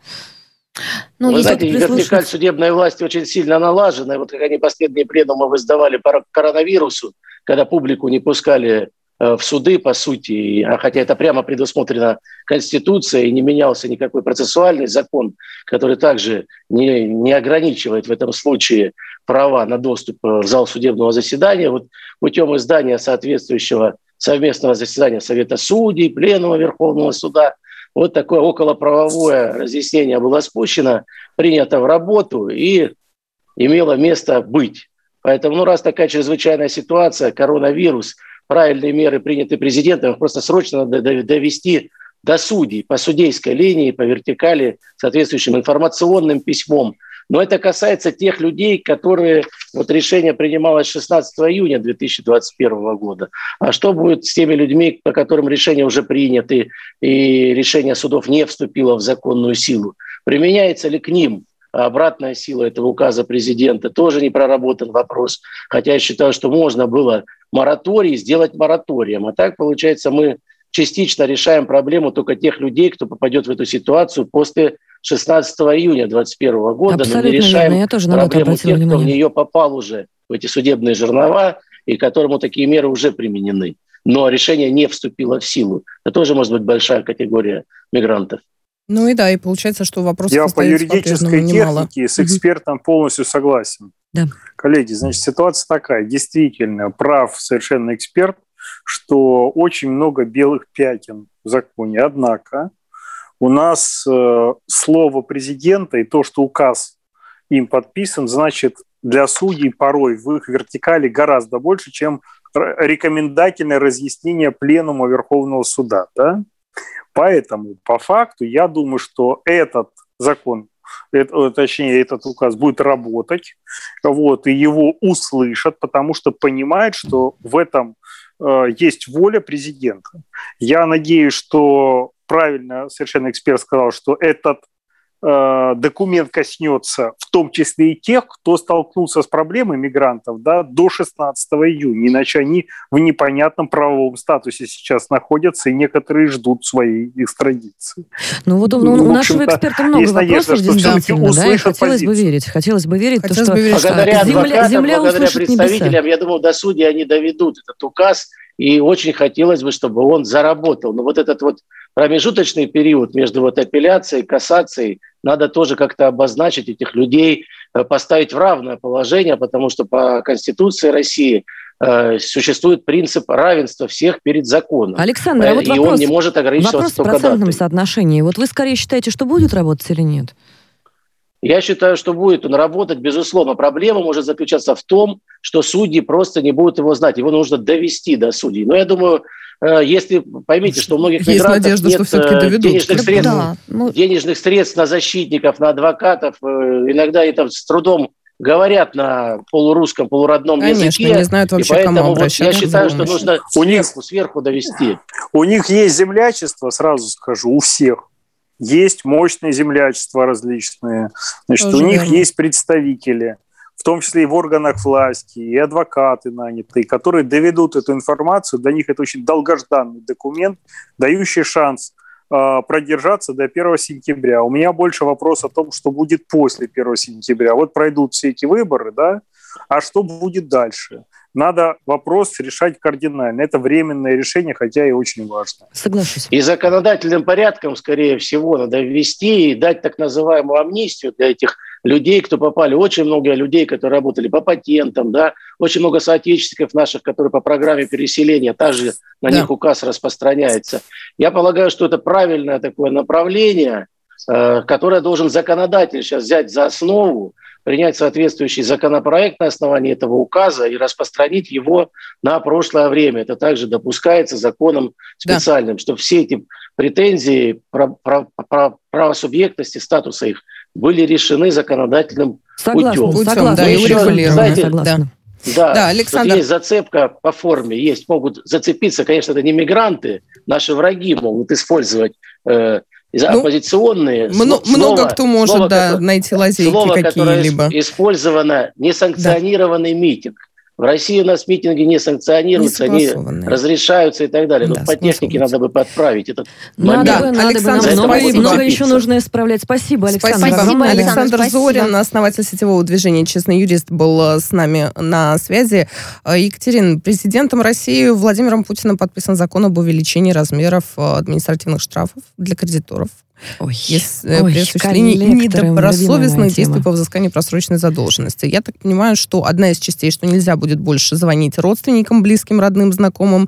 Speaker 9: Ну, вы знаете, вертикаль судебной власти очень сильно налажена. И вот как они последние пленумы выздавали по коронавирусу, когда публику не пускали в суды, по сути, хотя это прямо предусмотрено Конституцией, и не менялся никакой процессуальный закон, который также не ограничивает в этом случае права на доступ в зал судебного заседания. Вот путем издания соответствующего совместного заседания Совета судей, Пленума Верховного суда, вот такое околоправовое разъяснение было спущено, принято в работу и имело место быть. Поэтому, раз такая чрезвычайная ситуация, коронавирус, правильные меры приняты президентом, их просто срочно надо довести до судей, по судейской линии, по вертикали, соответствующим информационным письмом. Но это касается тех людей, которые... Вот решение принималось 16 июня 2021 года. А что будет с теми людьми, по которым решения уже приняты, и решение судов не вступило в законную силу? Применяется ли к ним обратная сила этого указа президента? Тоже не проработан вопрос. Хотя я считаю, что можно было мораторий сделать мораторием. А так, получается, мы частично решаем проблему только тех людей, кто попадет в эту ситуацию после 16 июня 2021 года.
Speaker 1: Абсолютно
Speaker 9: но не решаем
Speaker 1: верно. Я тоже на это
Speaker 9: проблему
Speaker 1: обратила
Speaker 9: тех, кто в
Speaker 1: внимание.
Speaker 9: нее попал уже, в эти судебные жернова, и которому такие меры уже применены. Но решение не вступило в силу. Это тоже может быть большая категория мигрантов.
Speaker 5: Ну и да, и получается, что вопросов
Speaker 7: Я по
Speaker 5: остается
Speaker 7: юридической
Speaker 5: по-прежнему немало.
Speaker 7: технике с экспертом полностью согласен.
Speaker 1: Да.
Speaker 7: Коллеги, значит, ситуация такая. Действительно, прав совершенно эксперт, что очень много белых пятен в законе. Однако у нас слово президента и то, что указ им подписан, значит, для судей порой в их вертикали гораздо больше, чем рекомендательное разъяснение пленума Верховного суда. Да? Поэтому, по факту, я думаю, что этот закон, точнее, этот указ будет работать, вот, и его услышат, потому что понимают, что в этом есть воля президента. Я надеюсь, что правильно совершенно эксперт сказал, что этот документ коснется в том числе и тех, кто столкнулся с проблемой мигрантов, да, до 16 июня, иначе они в непонятном правовом статусе сейчас находятся, и некоторые ждут своей экстрадиции.
Speaker 1: Ну вот у нашего эксперта много вопросов, действительно, да, и хотелось бы верить,
Speaker 9: благодаря адвокатам,
Speaker 1: земля
Speaker 9: благодаря
Speaker 1: услышит небеса.
Speaker 9: представителям, я думаю, до судей они доведут этот указ, и очень хотелось бы, чтобы он заработал. Но вот этот вот промежуточный период между вот апелляцией и кассацией надо тоже как-то обозначить, этих людей поставить в равное положение, потому что по Конституции России существует принцип равенства всех перед законом.
Speaker 1: Александр, а вот
Speaker 9: и он не может ограничиваться только
Speaker 1: в процентном
Speaker 9: датой.
Speaker 1: соотношении. Вот вы скорее считаете, что будет работать или нет?
Speaker 9: Я считаю, что будет он работать, безусловно. Проблема может заключаться в том, что судьи просто не будут его знать. Его нужно довести до судей. Но я думаю, если поймите, что у многих мигрантов
Speaker 5: надежда,
Speaker 9: нет
Speaker 5: денежных
Speaker 9: средств на защитников, на адвокатов, иногда они там с трудом говорят на полурусском, полуродном языке.
Speaker 5: Не знают вообще,
Speaker 9: и поэтому
Speaker 5: кому обращаться.
Speaker 9: я считаю, что нужно сверху довести.
Speaker 7: У них есть землячество, сразу скажу, у всех. Есть мощные землячества различные. Значит, у них есть представители, в том числе и в органах власти, и адвокаты нанятые, которые доведут эту информацию. Для них это очень долгожданный документ, дающий шанс продержаться до 1 сентября. У меня больше вопрос о том, что будет после 1 сентября. Вот пройдут все эти выборы, да, а что будет дальше? Надо вопрос решать кардинально. Это временное решение, хотя и очень важно.
Speaker 1: Соглашусь.
Speaker 9: И законодательным порядком, скорее всего, надо ввести и дать так называемую амнистию для этих людей, кто попали. Очень много людей, которые работали по патентам, да, очень много соотечественников наших, которые по программе переселения, также на них указ распространяется. Я полагаю, что это правильное такое направление, которое должен законодатель сейчас взять за основу, принять соответствующий законопроект на основании этого указа и распространить его на прошлое время. Это также допускается законом специальным, чтобы все эти претензии правосубъектности, статуса их были решены законодательным путем.
Speaker 1: Согласна,
Speaker 5: да, и урегулированы. Согласна.
Speaker 9: Да,
Speaker 5: Александр.
Speaker 9: Тут есть зацепка по форме, могут зацепиться, конечно, это не мигранты, наши враги могут использовать оппозиционные.
Speaker 5: Много кто может найти лазейки какие-либо.
Speaker 9: Слово, использовано несанкционированный митинг. В России у нас митинги не санкционируются, они разрешаются и так далее. Но по технике надо бы подправить этот момент.
Speaker 5: Александр,
Speaker 1: много еще нужно исправлять. Спасибо, Александр.
Speaker 5: Спасибо. Александр Зорин, основатель сетевого движения «Честный юрист», был с нами на связи. Екатерина, президентом России Владимиром Путиным подписан закон об увеличении размеров административных штрафов для кредиторов. При осуществлении недобросовестных действий по взысканию просроченной задолженности. Я так понимаю, что одна из частей, что нельзя будет больше звонить родственникам, близким, родным, знакомым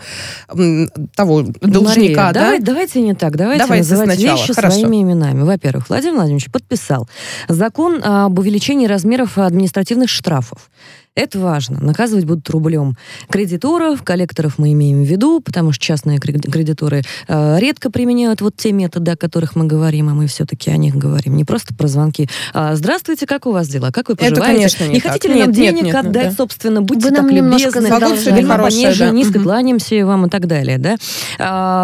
Speaker 5: того должника.
Speaker 1: Мария, давайте не так. Давайте называть вещи своими именами. Во-первых, Владимир Владимирович подписал закон об увеличении размеров административных штрафов. Это важно. Наказывать будут рублем кредиторов, коллекторов мы имеем в виду, потому что частные кредиторы редко применяют вот те методы, о которых мы говорим, а мы все-таки о них говорим. Не просто про звонки. Здравствуйте, как у вас дела? Как вы поживаете?
Speaker 5: Это, конечно,
Speaker 1: не хотите ли нам денег отдать, собственно? Будьте так
Speaker 3: нам
Speaker 1: любезны.
Speaker 3: Вельма
Speaker 1: пониже, низко кланяемся вам и так далее. Да?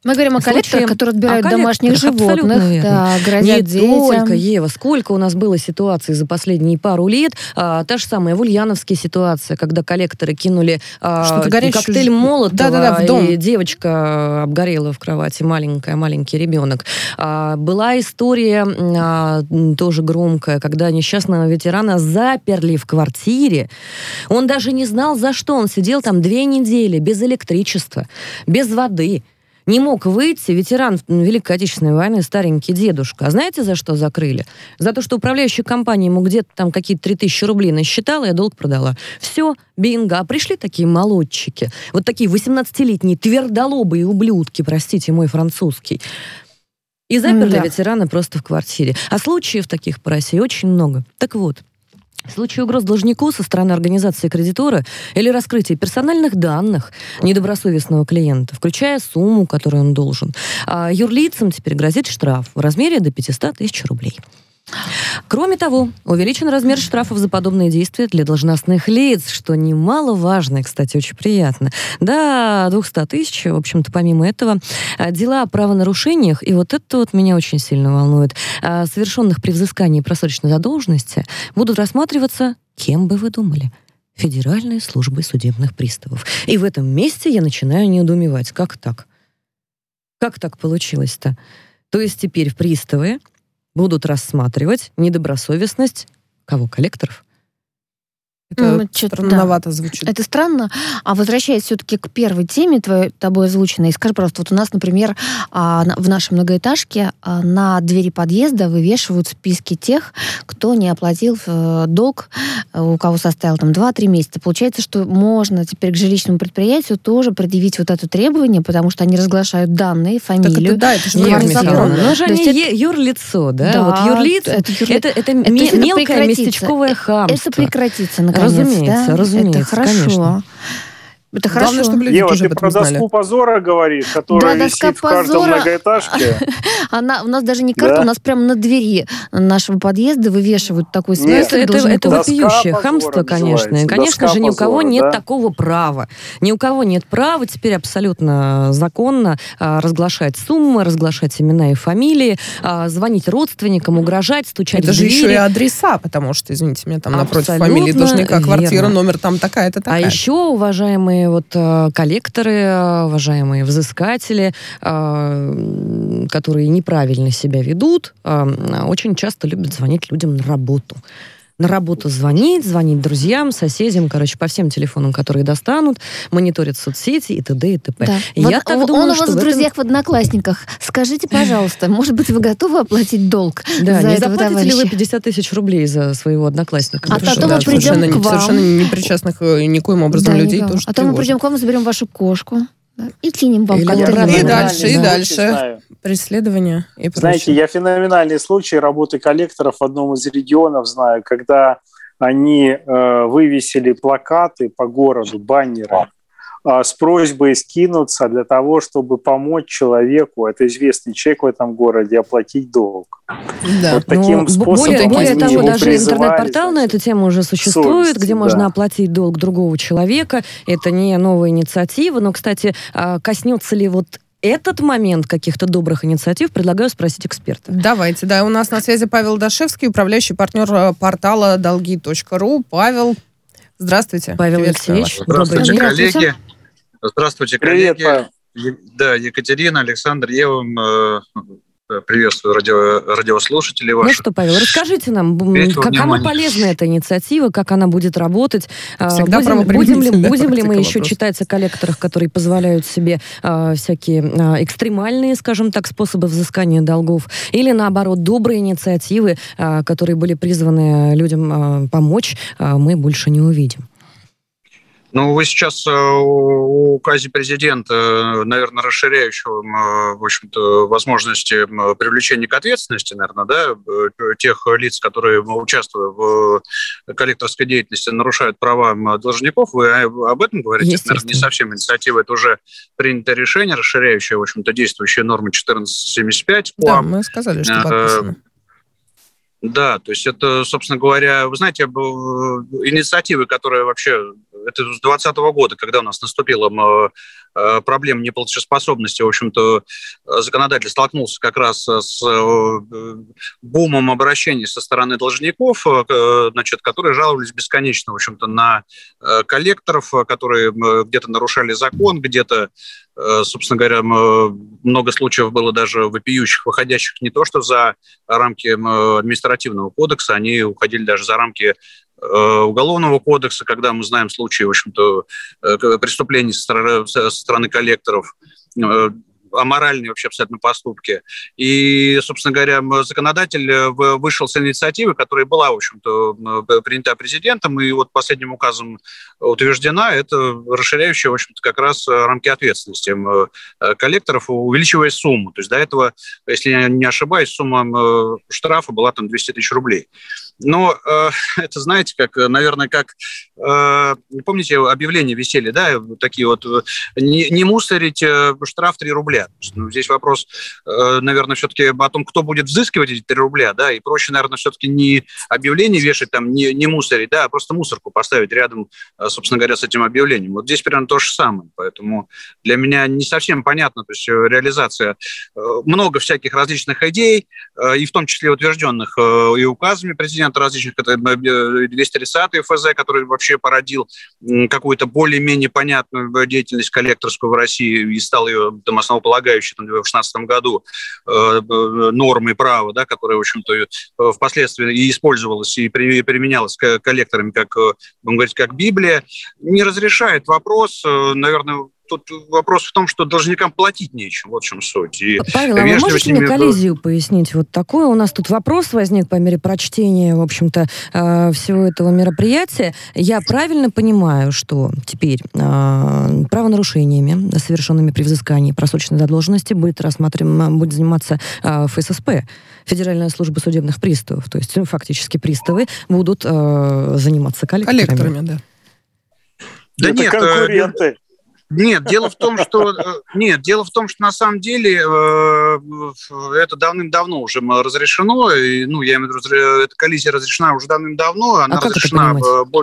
Speaker 3: Мы говорим о коллекторах, которые отбирают домашних животных, да, грозят детям.
Speaker 1: Не только, Ева, сколько у нас было ситуаций за последние пару лет. Та же самая в Ульяновске ситуация, когда коллекторы кинули коктейль Молотова, и девочка обгорела в кровати, маленький ребенок. Была история тоже громкая, когда несчастного ветерана заперли в квартире. Он даже не знал, за что. Он сидел там 2 недели без электричества, без воды. Не мог выйти, ветеран Великой Отечественной войны, старенький дедушка. А знаете, за что закрыли? За то, что управляющая компания ему где-то там какие-то 3000 рублей насчитала, и долг продала. Все, бинго. А пришли такие молодчики, вот такие 18-летние твердолобые ублюдки, простите мой французский, и заперли ветерана просто в квартире. А случаев таких по России очень много. Так вот, в случае угроз должнику со стороны организации кредитора или раскрытия персональных данных недобросовестного клиента, включая сумму, которую он должен, юрлицам теперь грозит штраф в размере до 500 тысяч рублей. Кроме того, увеличен размер штрафов за подобные действия для должностных лиц, что немаловажно, и, кстати, очень приятно. До 200 тысяч, в общем-то, помимо этого, дела о правонарушениях, и вот это вот меня очень сильно волнует, совершенных при взыскании просроченной задолженности, будут рассматриваться, кем бы вы думали, Федеральной службой судебных приставов. И в этом месте я начинаю недоумевать. Как так? Как так получилось-то? То есть теперь приставы будут рассматривать недобросовестность кого? Коллекторов?
Speaker 5: Это странновато звучит.
Speaker 3: Это странно. А возвращаясь все-таки к первой теме тобой озвученной, скажи, пожалуйста, вот у нас, например, в нашей многоэтажке на двери подъезда вывешивают списки тех, кто не оплатил долг, у кого составил там 2-3 месяца. Получается, что можно теперь к жилищному предприятию тоже предъявить вот это требование, потому что они разглашают данные, фамилию.
Speaker 5: Это же незаконно.
Speaker 1: Но же они юрлицо, да?
Speaker 3: Да,
Speaker 1: вот юрлицо, это мелкое местечковое хамство.
Speaker 3: Это прекратится, наконец.
Speaker 1: Разумеется,
Speaker 3: это хорошо.
Speaker 1: Конечно.
Speaker 3: Это хорошо.
Speaker 5: Главное, чтобы люди
Speaker 7: Ева,
Speaker 5: тоже
Speaker 7: ты
Speaker 5: об этом
Speaker 7: про
Speaker 5: знали.
Speaker 7: доску позора говоришь, которая висит в каждом многоэтажке?
Speaker 3: У нас даже не карта, у нас прямо на двери нашего подъезда вывешивают такой список.
Speaker 1: Это вопиющее хамство, конечно. И, конечно же, ни у кого нет такого права. Ни у кого нет права теперь абсолютно законно разглашать суммы, разглашать имена и фамилии, звонить родственникам, угорать, стучать в двери.
Speaker 5: Это же еще и адреса, потому что, извините меня, там напротив фамилии должника, квартира, номер там такая-то, такая.
Speaker 1: А еще, уважаемые коллекторы, уважаемые взыскатели, которые неправильно себя ведут, очень часто любят звонить людям на работу. На работу звонить друзьям, соседям, по всем телефонам, которые достанут, мониторят соцсети и т.д. и т.п.
Speaker 3: Да.
Speaker 1: Я так думаю,
Speaker 3: он у вас в друзьях в Одноклассниках. Скажите, пожалуйста, может быть, вы готовы оплатить долг за
Speaker 1: не
Speaker 3: этого
Speaker 1: заплатите
Speaker 3: товарища?
Speaker 1: ли вы 50 тысяч рублей за своего одноклассника?
Speaker 3: А потом мы придем к вам.
Speaker 5: Совершенно не причастных никоим образом людей тоже
Speaker 3: А то мы придем к вам и заберем вашу кошку. Да, и кинем вам
Speaker 5: и дальше преследование и прочее.
Speaker 7: Знаете, я феноменальный случай работы коллекторов в одном из регионов знаю, когда они вывесили плакаты по городу, баннеры, с просьбой скинуться для того, чтобы помочь человеку, это известный человек в этом городе, оплатить долг.
Speaker 5: Да.
Speaker 7: Вот таким способом
Speaker 1: более того, даже интернет-портал на эту тему уже существует, где можно оплатить долг другого человека. Это не новая инициатива, но, кстати, коснется ли вот этот момент каких-то добрых инициатив, предлагаю спросить эксперта.
Speaker 5: Давайте, у нас на связи Павел Дашевский, управляющий партнер портала долги.ру. Павел, здравствуйте.
Speaker 1: Павел Алексеевич,
Speaker 10: здравствуйте, коллеги. Здравствуйте, коллеги.
Speaker 7: Привет,
Speaker 10: да, Екатерина, Александр, я вам приветствую радиослушателей ваших.
Speaker 1: Ну что, Павел, расскажите нам, кому полезна эта инициатива, как она будет работать? Будем ли мы еще читать о коллекторах, которые позволяют себе всякие экстремальные, скажем так, способы взыскания долгов, или наоборот, добрые инициативы, которые были призваны людям помочь, мы больше не увидим?
Speaker 10: Ну, вы сейчас в указе президента, наверное, расширяющего, в общем-то, возможности привлечения к ответственности, наверное, да, тех лиц, которые, участвуя в коллекторской деятельности, нарушают права должников. Вы об этом говорите? Это, наверное, не совсем инициатива, это уже принято решение, расширяющее, в общем-то, действующие нормы 1475.
Speaker 5: Да, мы сказали, что подписано.
Speaker 10: Да, то есть это, собственно говоря, вы знаете, инициативы, которые вообще, это с 2020 года, когда у нас наступила проблем неплатежеспособности, в общем-то, законодатель столкнулся как раз с бумом обращений со стороны должников, значит, которые жаловались бесконечно, в общем-то, на коллекторов, которые где-то нарушали закон, где-то, собственно говоря, много случаев было даже вопиющих, выходящих не то что за рамки административного кодекса, они уходили даже за рамки Уголовного кодекса, когда мы знаем случаи, в общем-то, преступлений со стороны коллекторов, аморальные вообще абсолютно поступки. И, собственно говоря, законодатель вышел с инициативы, которая была, в общем-то, принята президентом, и вот последним указом утверждена, это расширяющая, в общем-то, как раз рамки ответственности коллекторов, увеличивая сумму. То есть до этого, если я не ошибаюсь, сумма штрафа была там 200 тысяч рублей. Но это, знаете, как, наверное, как, помните, объявления висели, да, такие вот, не мусорить, штраф 3 рубля. Ну, здесь вопрос, наверное, все-таки о том, кто будет взыскивать эти 3 рубля, да, и проще, наверное, все-таки не объявление вешать, там, не мусорить, да, а просто мусорку поставить рядом, собственно говоря, с этим объявлением. Вот здесь примерно то же самое, поэтому для меня не совсем понятно, то есть реализация, много всяких различных идей, и в том числе утвержденных и указами президента различных, это 230-й ФЗ, который вообще породил какую-то более-менее понятную деятельность коллекторскую в России и стал ее там основополагающей в 2016 году нормой права, да, которая, в общем-то, впоследствии и использовалась, и применялась коллекторами, как, будем говорить, как Библия, не разрешает вопрос, наверное. Тут вопрос в том, что должникам платить нечем. Вот в чем суть. И
Speaker 1: Павел, а вы можете мне коллизию пояснить? Вот такой у нас тут вопрос возник по мере прочтения, в общем-то, всего этого мероприятия. Я правильно понимаю, что теперь правонарушениями, совершенными при взыскании просроченной задолженности, будет заниматься ФССП, Федеральная служба судебных приставов. То есть фактически приставы будут заниматься коллекторами.
Speaker 5: Да.
Speaker 10: Да
Speaker 7: это
Speaker 10: нет,
Speaker 7: конкуренты.
Speaker 10: Нет, дело в том, что на самом деле это давным-давно уже разрешено. И, ну, я имею в виду, эта коллизия разрешена уже давным-давно. Она разрешена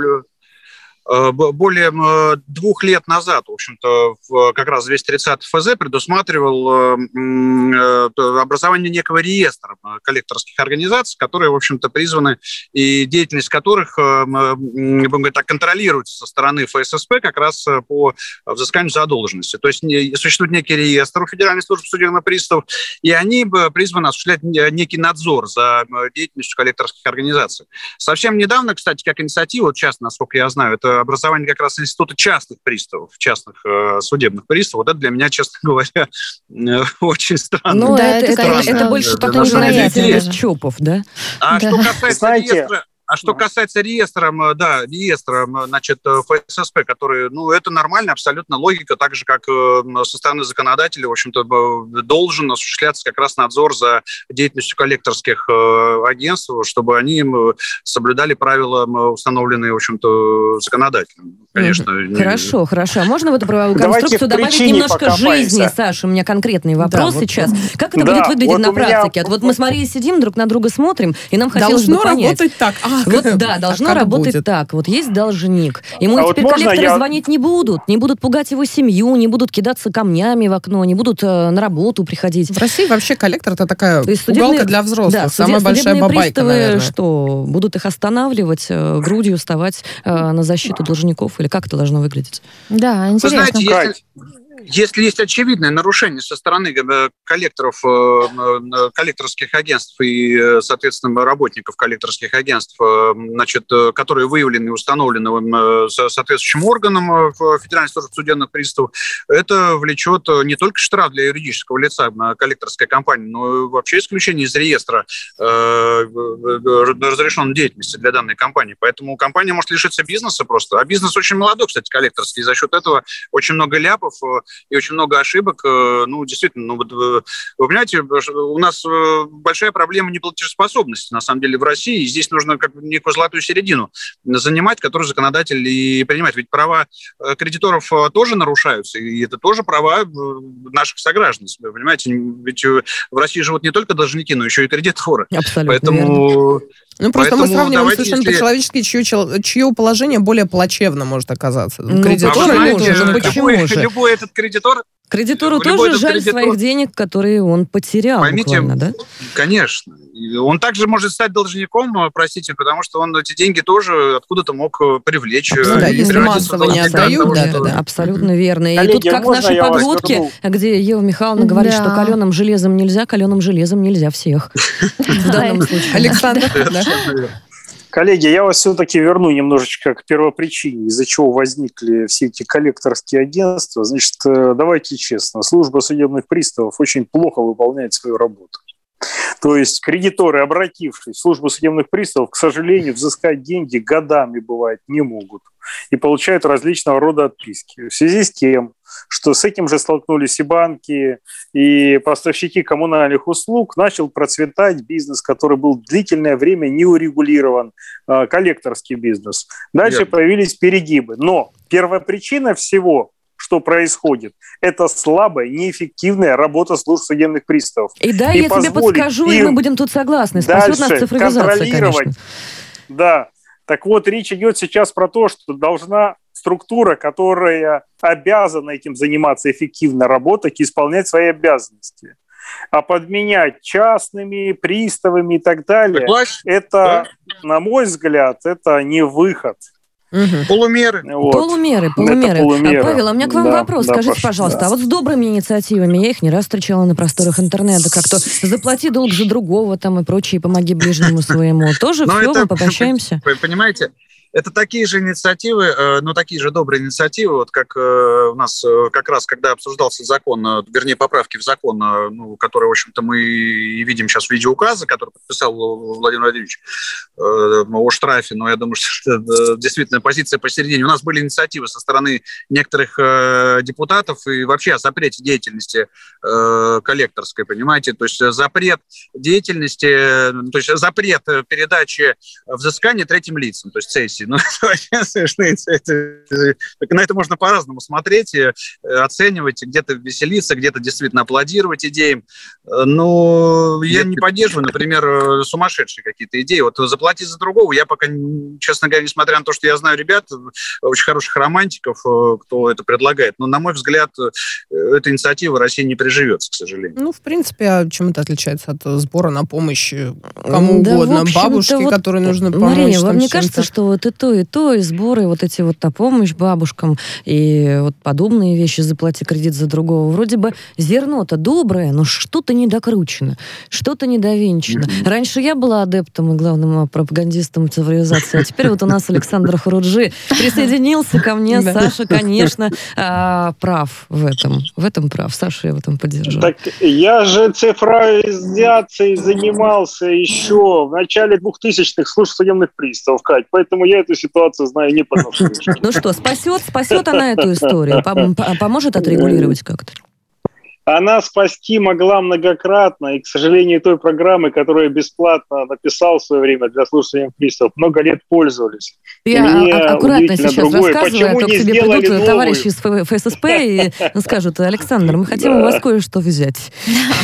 Speaker 10: более 2 лет назад, в общем-то, как раз 230 ФЗ предусматривал образование некого реестра коллекторских организаций, которые, в общем-то, призваны, и деятельность которых, будем говорить так, контролируется со стороны ФССП как раз по взысканию задолженности. То есть существует некий реестр у Федеральной службы судебных приставов, и они призваны осуществлять некий надзор за деятельностью коллекторских организаций. Совсем недавно, кстати, как инициатива, вот часто, насколько я знаю, это образование как раз института частных приставов, частных судебных приставов. Вот это для меня, честно говоря, очень странно.
Speaker 1: Ну, да, это больше потом из ЧОПов, да?
Speaker 10: Что касается реестра... А что касается реестра, значит, ФССП, который, ну, это нормальная абсолютно логика, так же, как со стороны законодателя, в общем-то, должен осуществляться как раз надзор за деятельностью коллекторских агентств, чтобы они соблюдали правила, установленные, в общем-то, законодателем. Конечно.
Speaker 1: Хорошо. А можно в эту правовую конструкцию добавить немножко жизни, Саша? У меня конкретный вопрос сейчас. Как это будет выглядеть на практике? Вот мы с Марией сидим, друг на друга смотрим, и нам хотелось бы понять.
Speaker 5: Должно работать так.
Speaker 1: Должно работать так. Вот есть должник. Ему теперь коллекторы звонить не будут пугать его семью, не будут кидаться камнями в окно, не будут на работу приходить.
Speaker 5: В России вообще коллектор — это такая пугалка для взрослых. Да, самая большая бабайка, наверное.
Speaker 1: Что, будут их останавливать, грудью вставать на защиту должников? Или как это должно выглядеть?
Speaker 3: Да, интересно.
Speaker 10: Вы знаете, если есть очевидное нарушение со стороны коллекторов, коллекторских агентств и, соответственно, работников коллекторских агентств, значит, которые выявлены и установлены соответствующим органом Федеральной службы судебных приставов, это влечет не только штраф для юридического лица коллекторской компании, но и вообще исключение из реестра разрешенной деятельности для данной компании. Поэтому компания может лишиться бизнеса просто. А бизнес очень молодой, кстати, коллекторский. И за счет этого очень много ляпов и очень много ошибок. Ну, действительно, вы понимаете, у нас большая проблема неплатежеспособности, на самом деле, в России. И здесь нужно как бы некую золотую середину занимать, которую законодатель и принимает. Ведь права кредиторов тоже нарушаются, и это тоже права наших сограждан. Вы понимаете, ведь в России живут не только должники, но еще и кредиторы.
Speaker 1: Абсолютно
Speaker 10: Поэтому...
Speaker 1: верно.
Speaker 5: Ну, просто мы сравниваем совершенно по-человечески, чье положение более плачевно может оказаться. Кредиторы
Speaker 10: любой этот кредитор...
Speaker 1: Кредитору тоже жаль своих денег, которые он потерял.
Speaker 10: Поймите,
Speaker 1: да?
Speaker 10: Конечно. Он также может стать должником, простите, потому что он эти деньги тоже откуда-то мог привлечь.
Speaker 5: Да, если массово не отдают.
Speaker 1: Да, абсолютно верно. И тут как наши подводки, где Ева Михайловна говорит, что каленым железом нельзя всех. В данном случае.
Speaker 5: Александр,
Speaker 7: Коллеги, я вас все-таки верну немножечко к первопричине, из-за чего возникли все эти коллекторские агентства. Значит, давайте честно, служба судебных приставов очень плохо выполняет свою работу. То есть кредиторы, обратившись в службу судебных приставов, к сожалению, взыскать деньги годами, бывает, не могут. И получают различного рода отписки. В связи с тем, что с этим же столкнулись и банки, и поставщики коммунальных услуг, начал процветать бизнес, который был длительное время не урегулирован, коллекторский бизнес. Дальше появились перегибы. Но первопричина всего, что происходит, это слабая, неэффективная работа служб судебных приставов.
Speaker 1: И да, я тебе подскажу, и мы будем тут согласны. Спасет нас цифровизация, конечно.
Speaker 7: Да. Так вот, речь идет сейчас про то, что должна структура, которая обязана этим заниматься, эффективно работать и исполнять свои обязанности. А подменять частными, приставами и так далее, это, на мой взгляд, это не выход.
Speaker 10: Полумеры.
Speaker 1: Вот. Полумеры. Павел, а у меня к вам вопрос. Скажите, пожалуйста, а вот с добрыми инициативами, я их не раз встречала на просторах интернета, как-то заплати долг за другого там и прочее, помоги ближнему своему. Тоже все, мы попрощаемся?
Speaker 10: Понимаете, это такие же инициативы, но такие же добрые инициативы, вот как у нас как раз, когда обсуждался закон, вернее, поправки в закон, ну, который, в общем-то, мы и видим сейчас в виде указа, который подписал Владимир Владимирович о штрафе, но я думаю, что это действительно позиция посередине. У нас были инициативы со стороны некоторых депутатов и вообще о запрете деятельности коллекторской, понимаете, то есть запрет деятельности, то есть запрет передачи взыскания третьим лицам, то есть цессии. Ну, это вообще совершенно... На это можно по-разному смотреть, оценивать, где-то веселиться, где-то действительно аплодировать идеям. Но я не поддерживаю, например, сумасшедшие какие-то идеи. Вот заплати за другого. Я пока, честно говоря, несмотря на то, что я знаю ребят, очень хороших романтиков, кто это предлагает, но, на мой взгляд, эта инициатива России не приживется, к сожалению.
Speaker 5: Ну, в принципе, а чем это отличается от сбора на помощь кому угодно? Бабушке, вот, которой нужно помочь.
Speaker 1: Мария, вам не кажется, что вот и то, и сборы, вот эти вот на помощь бабушкам, и вот подобные вещи, заплати кредит за другого, вроде бы зерно-то доброе, но что-то недокручено, что-то недовенчано. Раньше я была адептом и главным пропагандистом цифровизации, а теперь вот у нас Александр Хуруджи присоединился ко мне. Саша, конечно, прав в этом. В этом прав. Саша, я в этом поддерживаю.
Speaker 7: Так я же цифровизацией занимался еще в начале 2000-х служб судебных приставов, Кать, поэтому я эту ситуацию знаю не понаслышке.
Speaker 1: Ну что, спасет она эту историю? Поможет отрегулировать как-то?
Speaker 7: Она спасти могла многократно, и, к сожалению, той программы, которую я бесплатно написал в свое время для служб судебных приставов, много лет пользовались.
Speaker 1: Я аккуратно сейчас рассказываю, а то к тебе придут товарищи из ФССП и скажут: Александр, мы хотим у вас кое-что взять.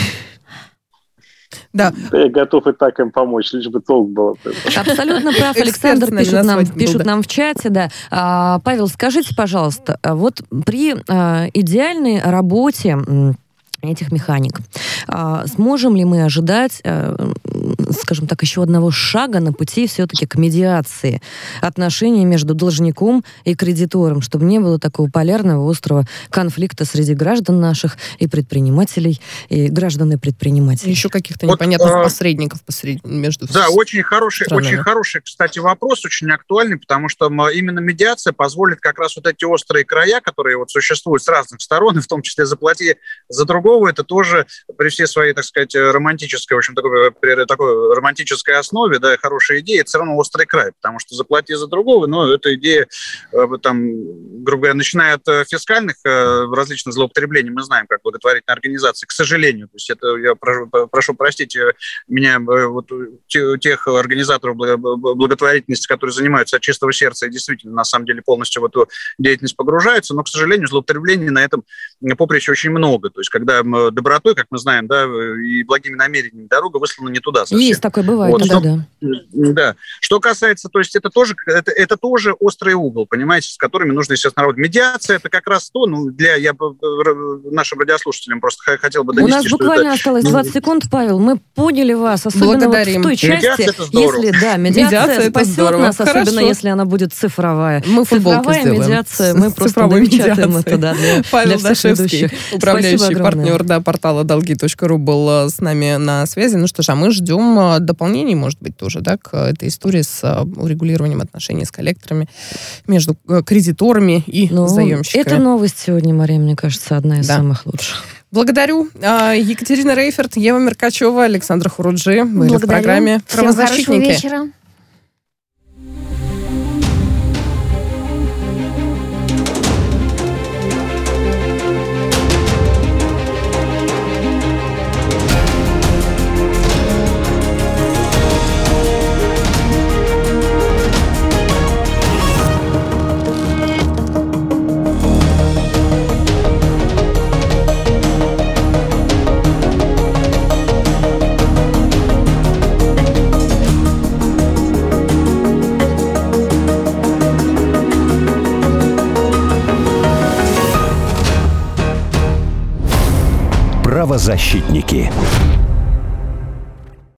Speaker 5: Да.
Speaker 7: Я готов и так им помочь, лишь бы толк был.
Speaker 1: Абсолютно прав, Александр, пишут нам в чате, да. Павел, скажите, пожалуйста, вот при идеальной работе этих механиков, сможем ли мы ожидать, скажем так, еще одного шага на пути все-таки к медиации отношений между должником и кредитором, чтобы не было такого полярного острого конфликта среди граждан наших и предпринимателей, и граждан и предпринимателей?
Speaker 5: Еще каких-то непонятных посредников между
Speaker 10: Да, очень хороший, кстати, вопрос, очень актуальный, потому что именно медиация позволит как раз вот эти острые края, которые вот существуют с разных сторон, и в том числе заплати за другого, это тоже при всей своей, так сказать, романтической, в общем, такой романтической основе, да, хорошая идея, это все равно острый край, потому что заплати за другого, но эта идея, там, грубо говоря, начиная от фискальных различных злоупотреблений, мы знаем, как благотворительные организации, к сожалению, то есть это, я прошу простить меня, вот тех организаторов благотворительности, которые занимаются от чистого сердца и действительно, на самом деле, полностью в эту деятельность погружаются, но, к сожалению, злоупотреблений на этом поприще очень много, то есть когда добротой, как мы знаем, да, и благими намерениями дорога выслана не туда безопасности.
Speaker 1: Есть такое, бывает,
Speaker 10: вот,
Speaker 1: да.
Speaker 10: Да. Что касается, то есть это тоже острый угол, понимаете, с которыми нужно, естественно, работать. Медиация – это как раз то, я бы нашим радиослушателям просто хотел бы донести,
Speaker 1: у нас буквально осталось 20 секунд, Павел. Мы поняли вас, особенно вот в той части, если медиация спасет нас, особенно если она будет цифровая.
Speaker 5: Мы
Speaker 1: цифровая медиация, мы просто напечатаем это, да,
Speaker 5: Павел Дашевский, управляющий партнер портала долги.ру, был с нами на связи. Ну что ж, а мы ждем дополнений, может быть, тоже, да, к этой истории с урегулированием отношений с коллекторами между кредиторами и заемщиками.
Speaker 1: Эта новость сегодня, Мария, мне кажется, одна из самых лучших.
Speaker 5: Благодарю. Екатерина Рейферт, Ева Меркачева, Александр Хуруджи были в программе «Правозащитники».
Speaker 3: Всем хорошего вечера.
Speaker 4: Правозащитники.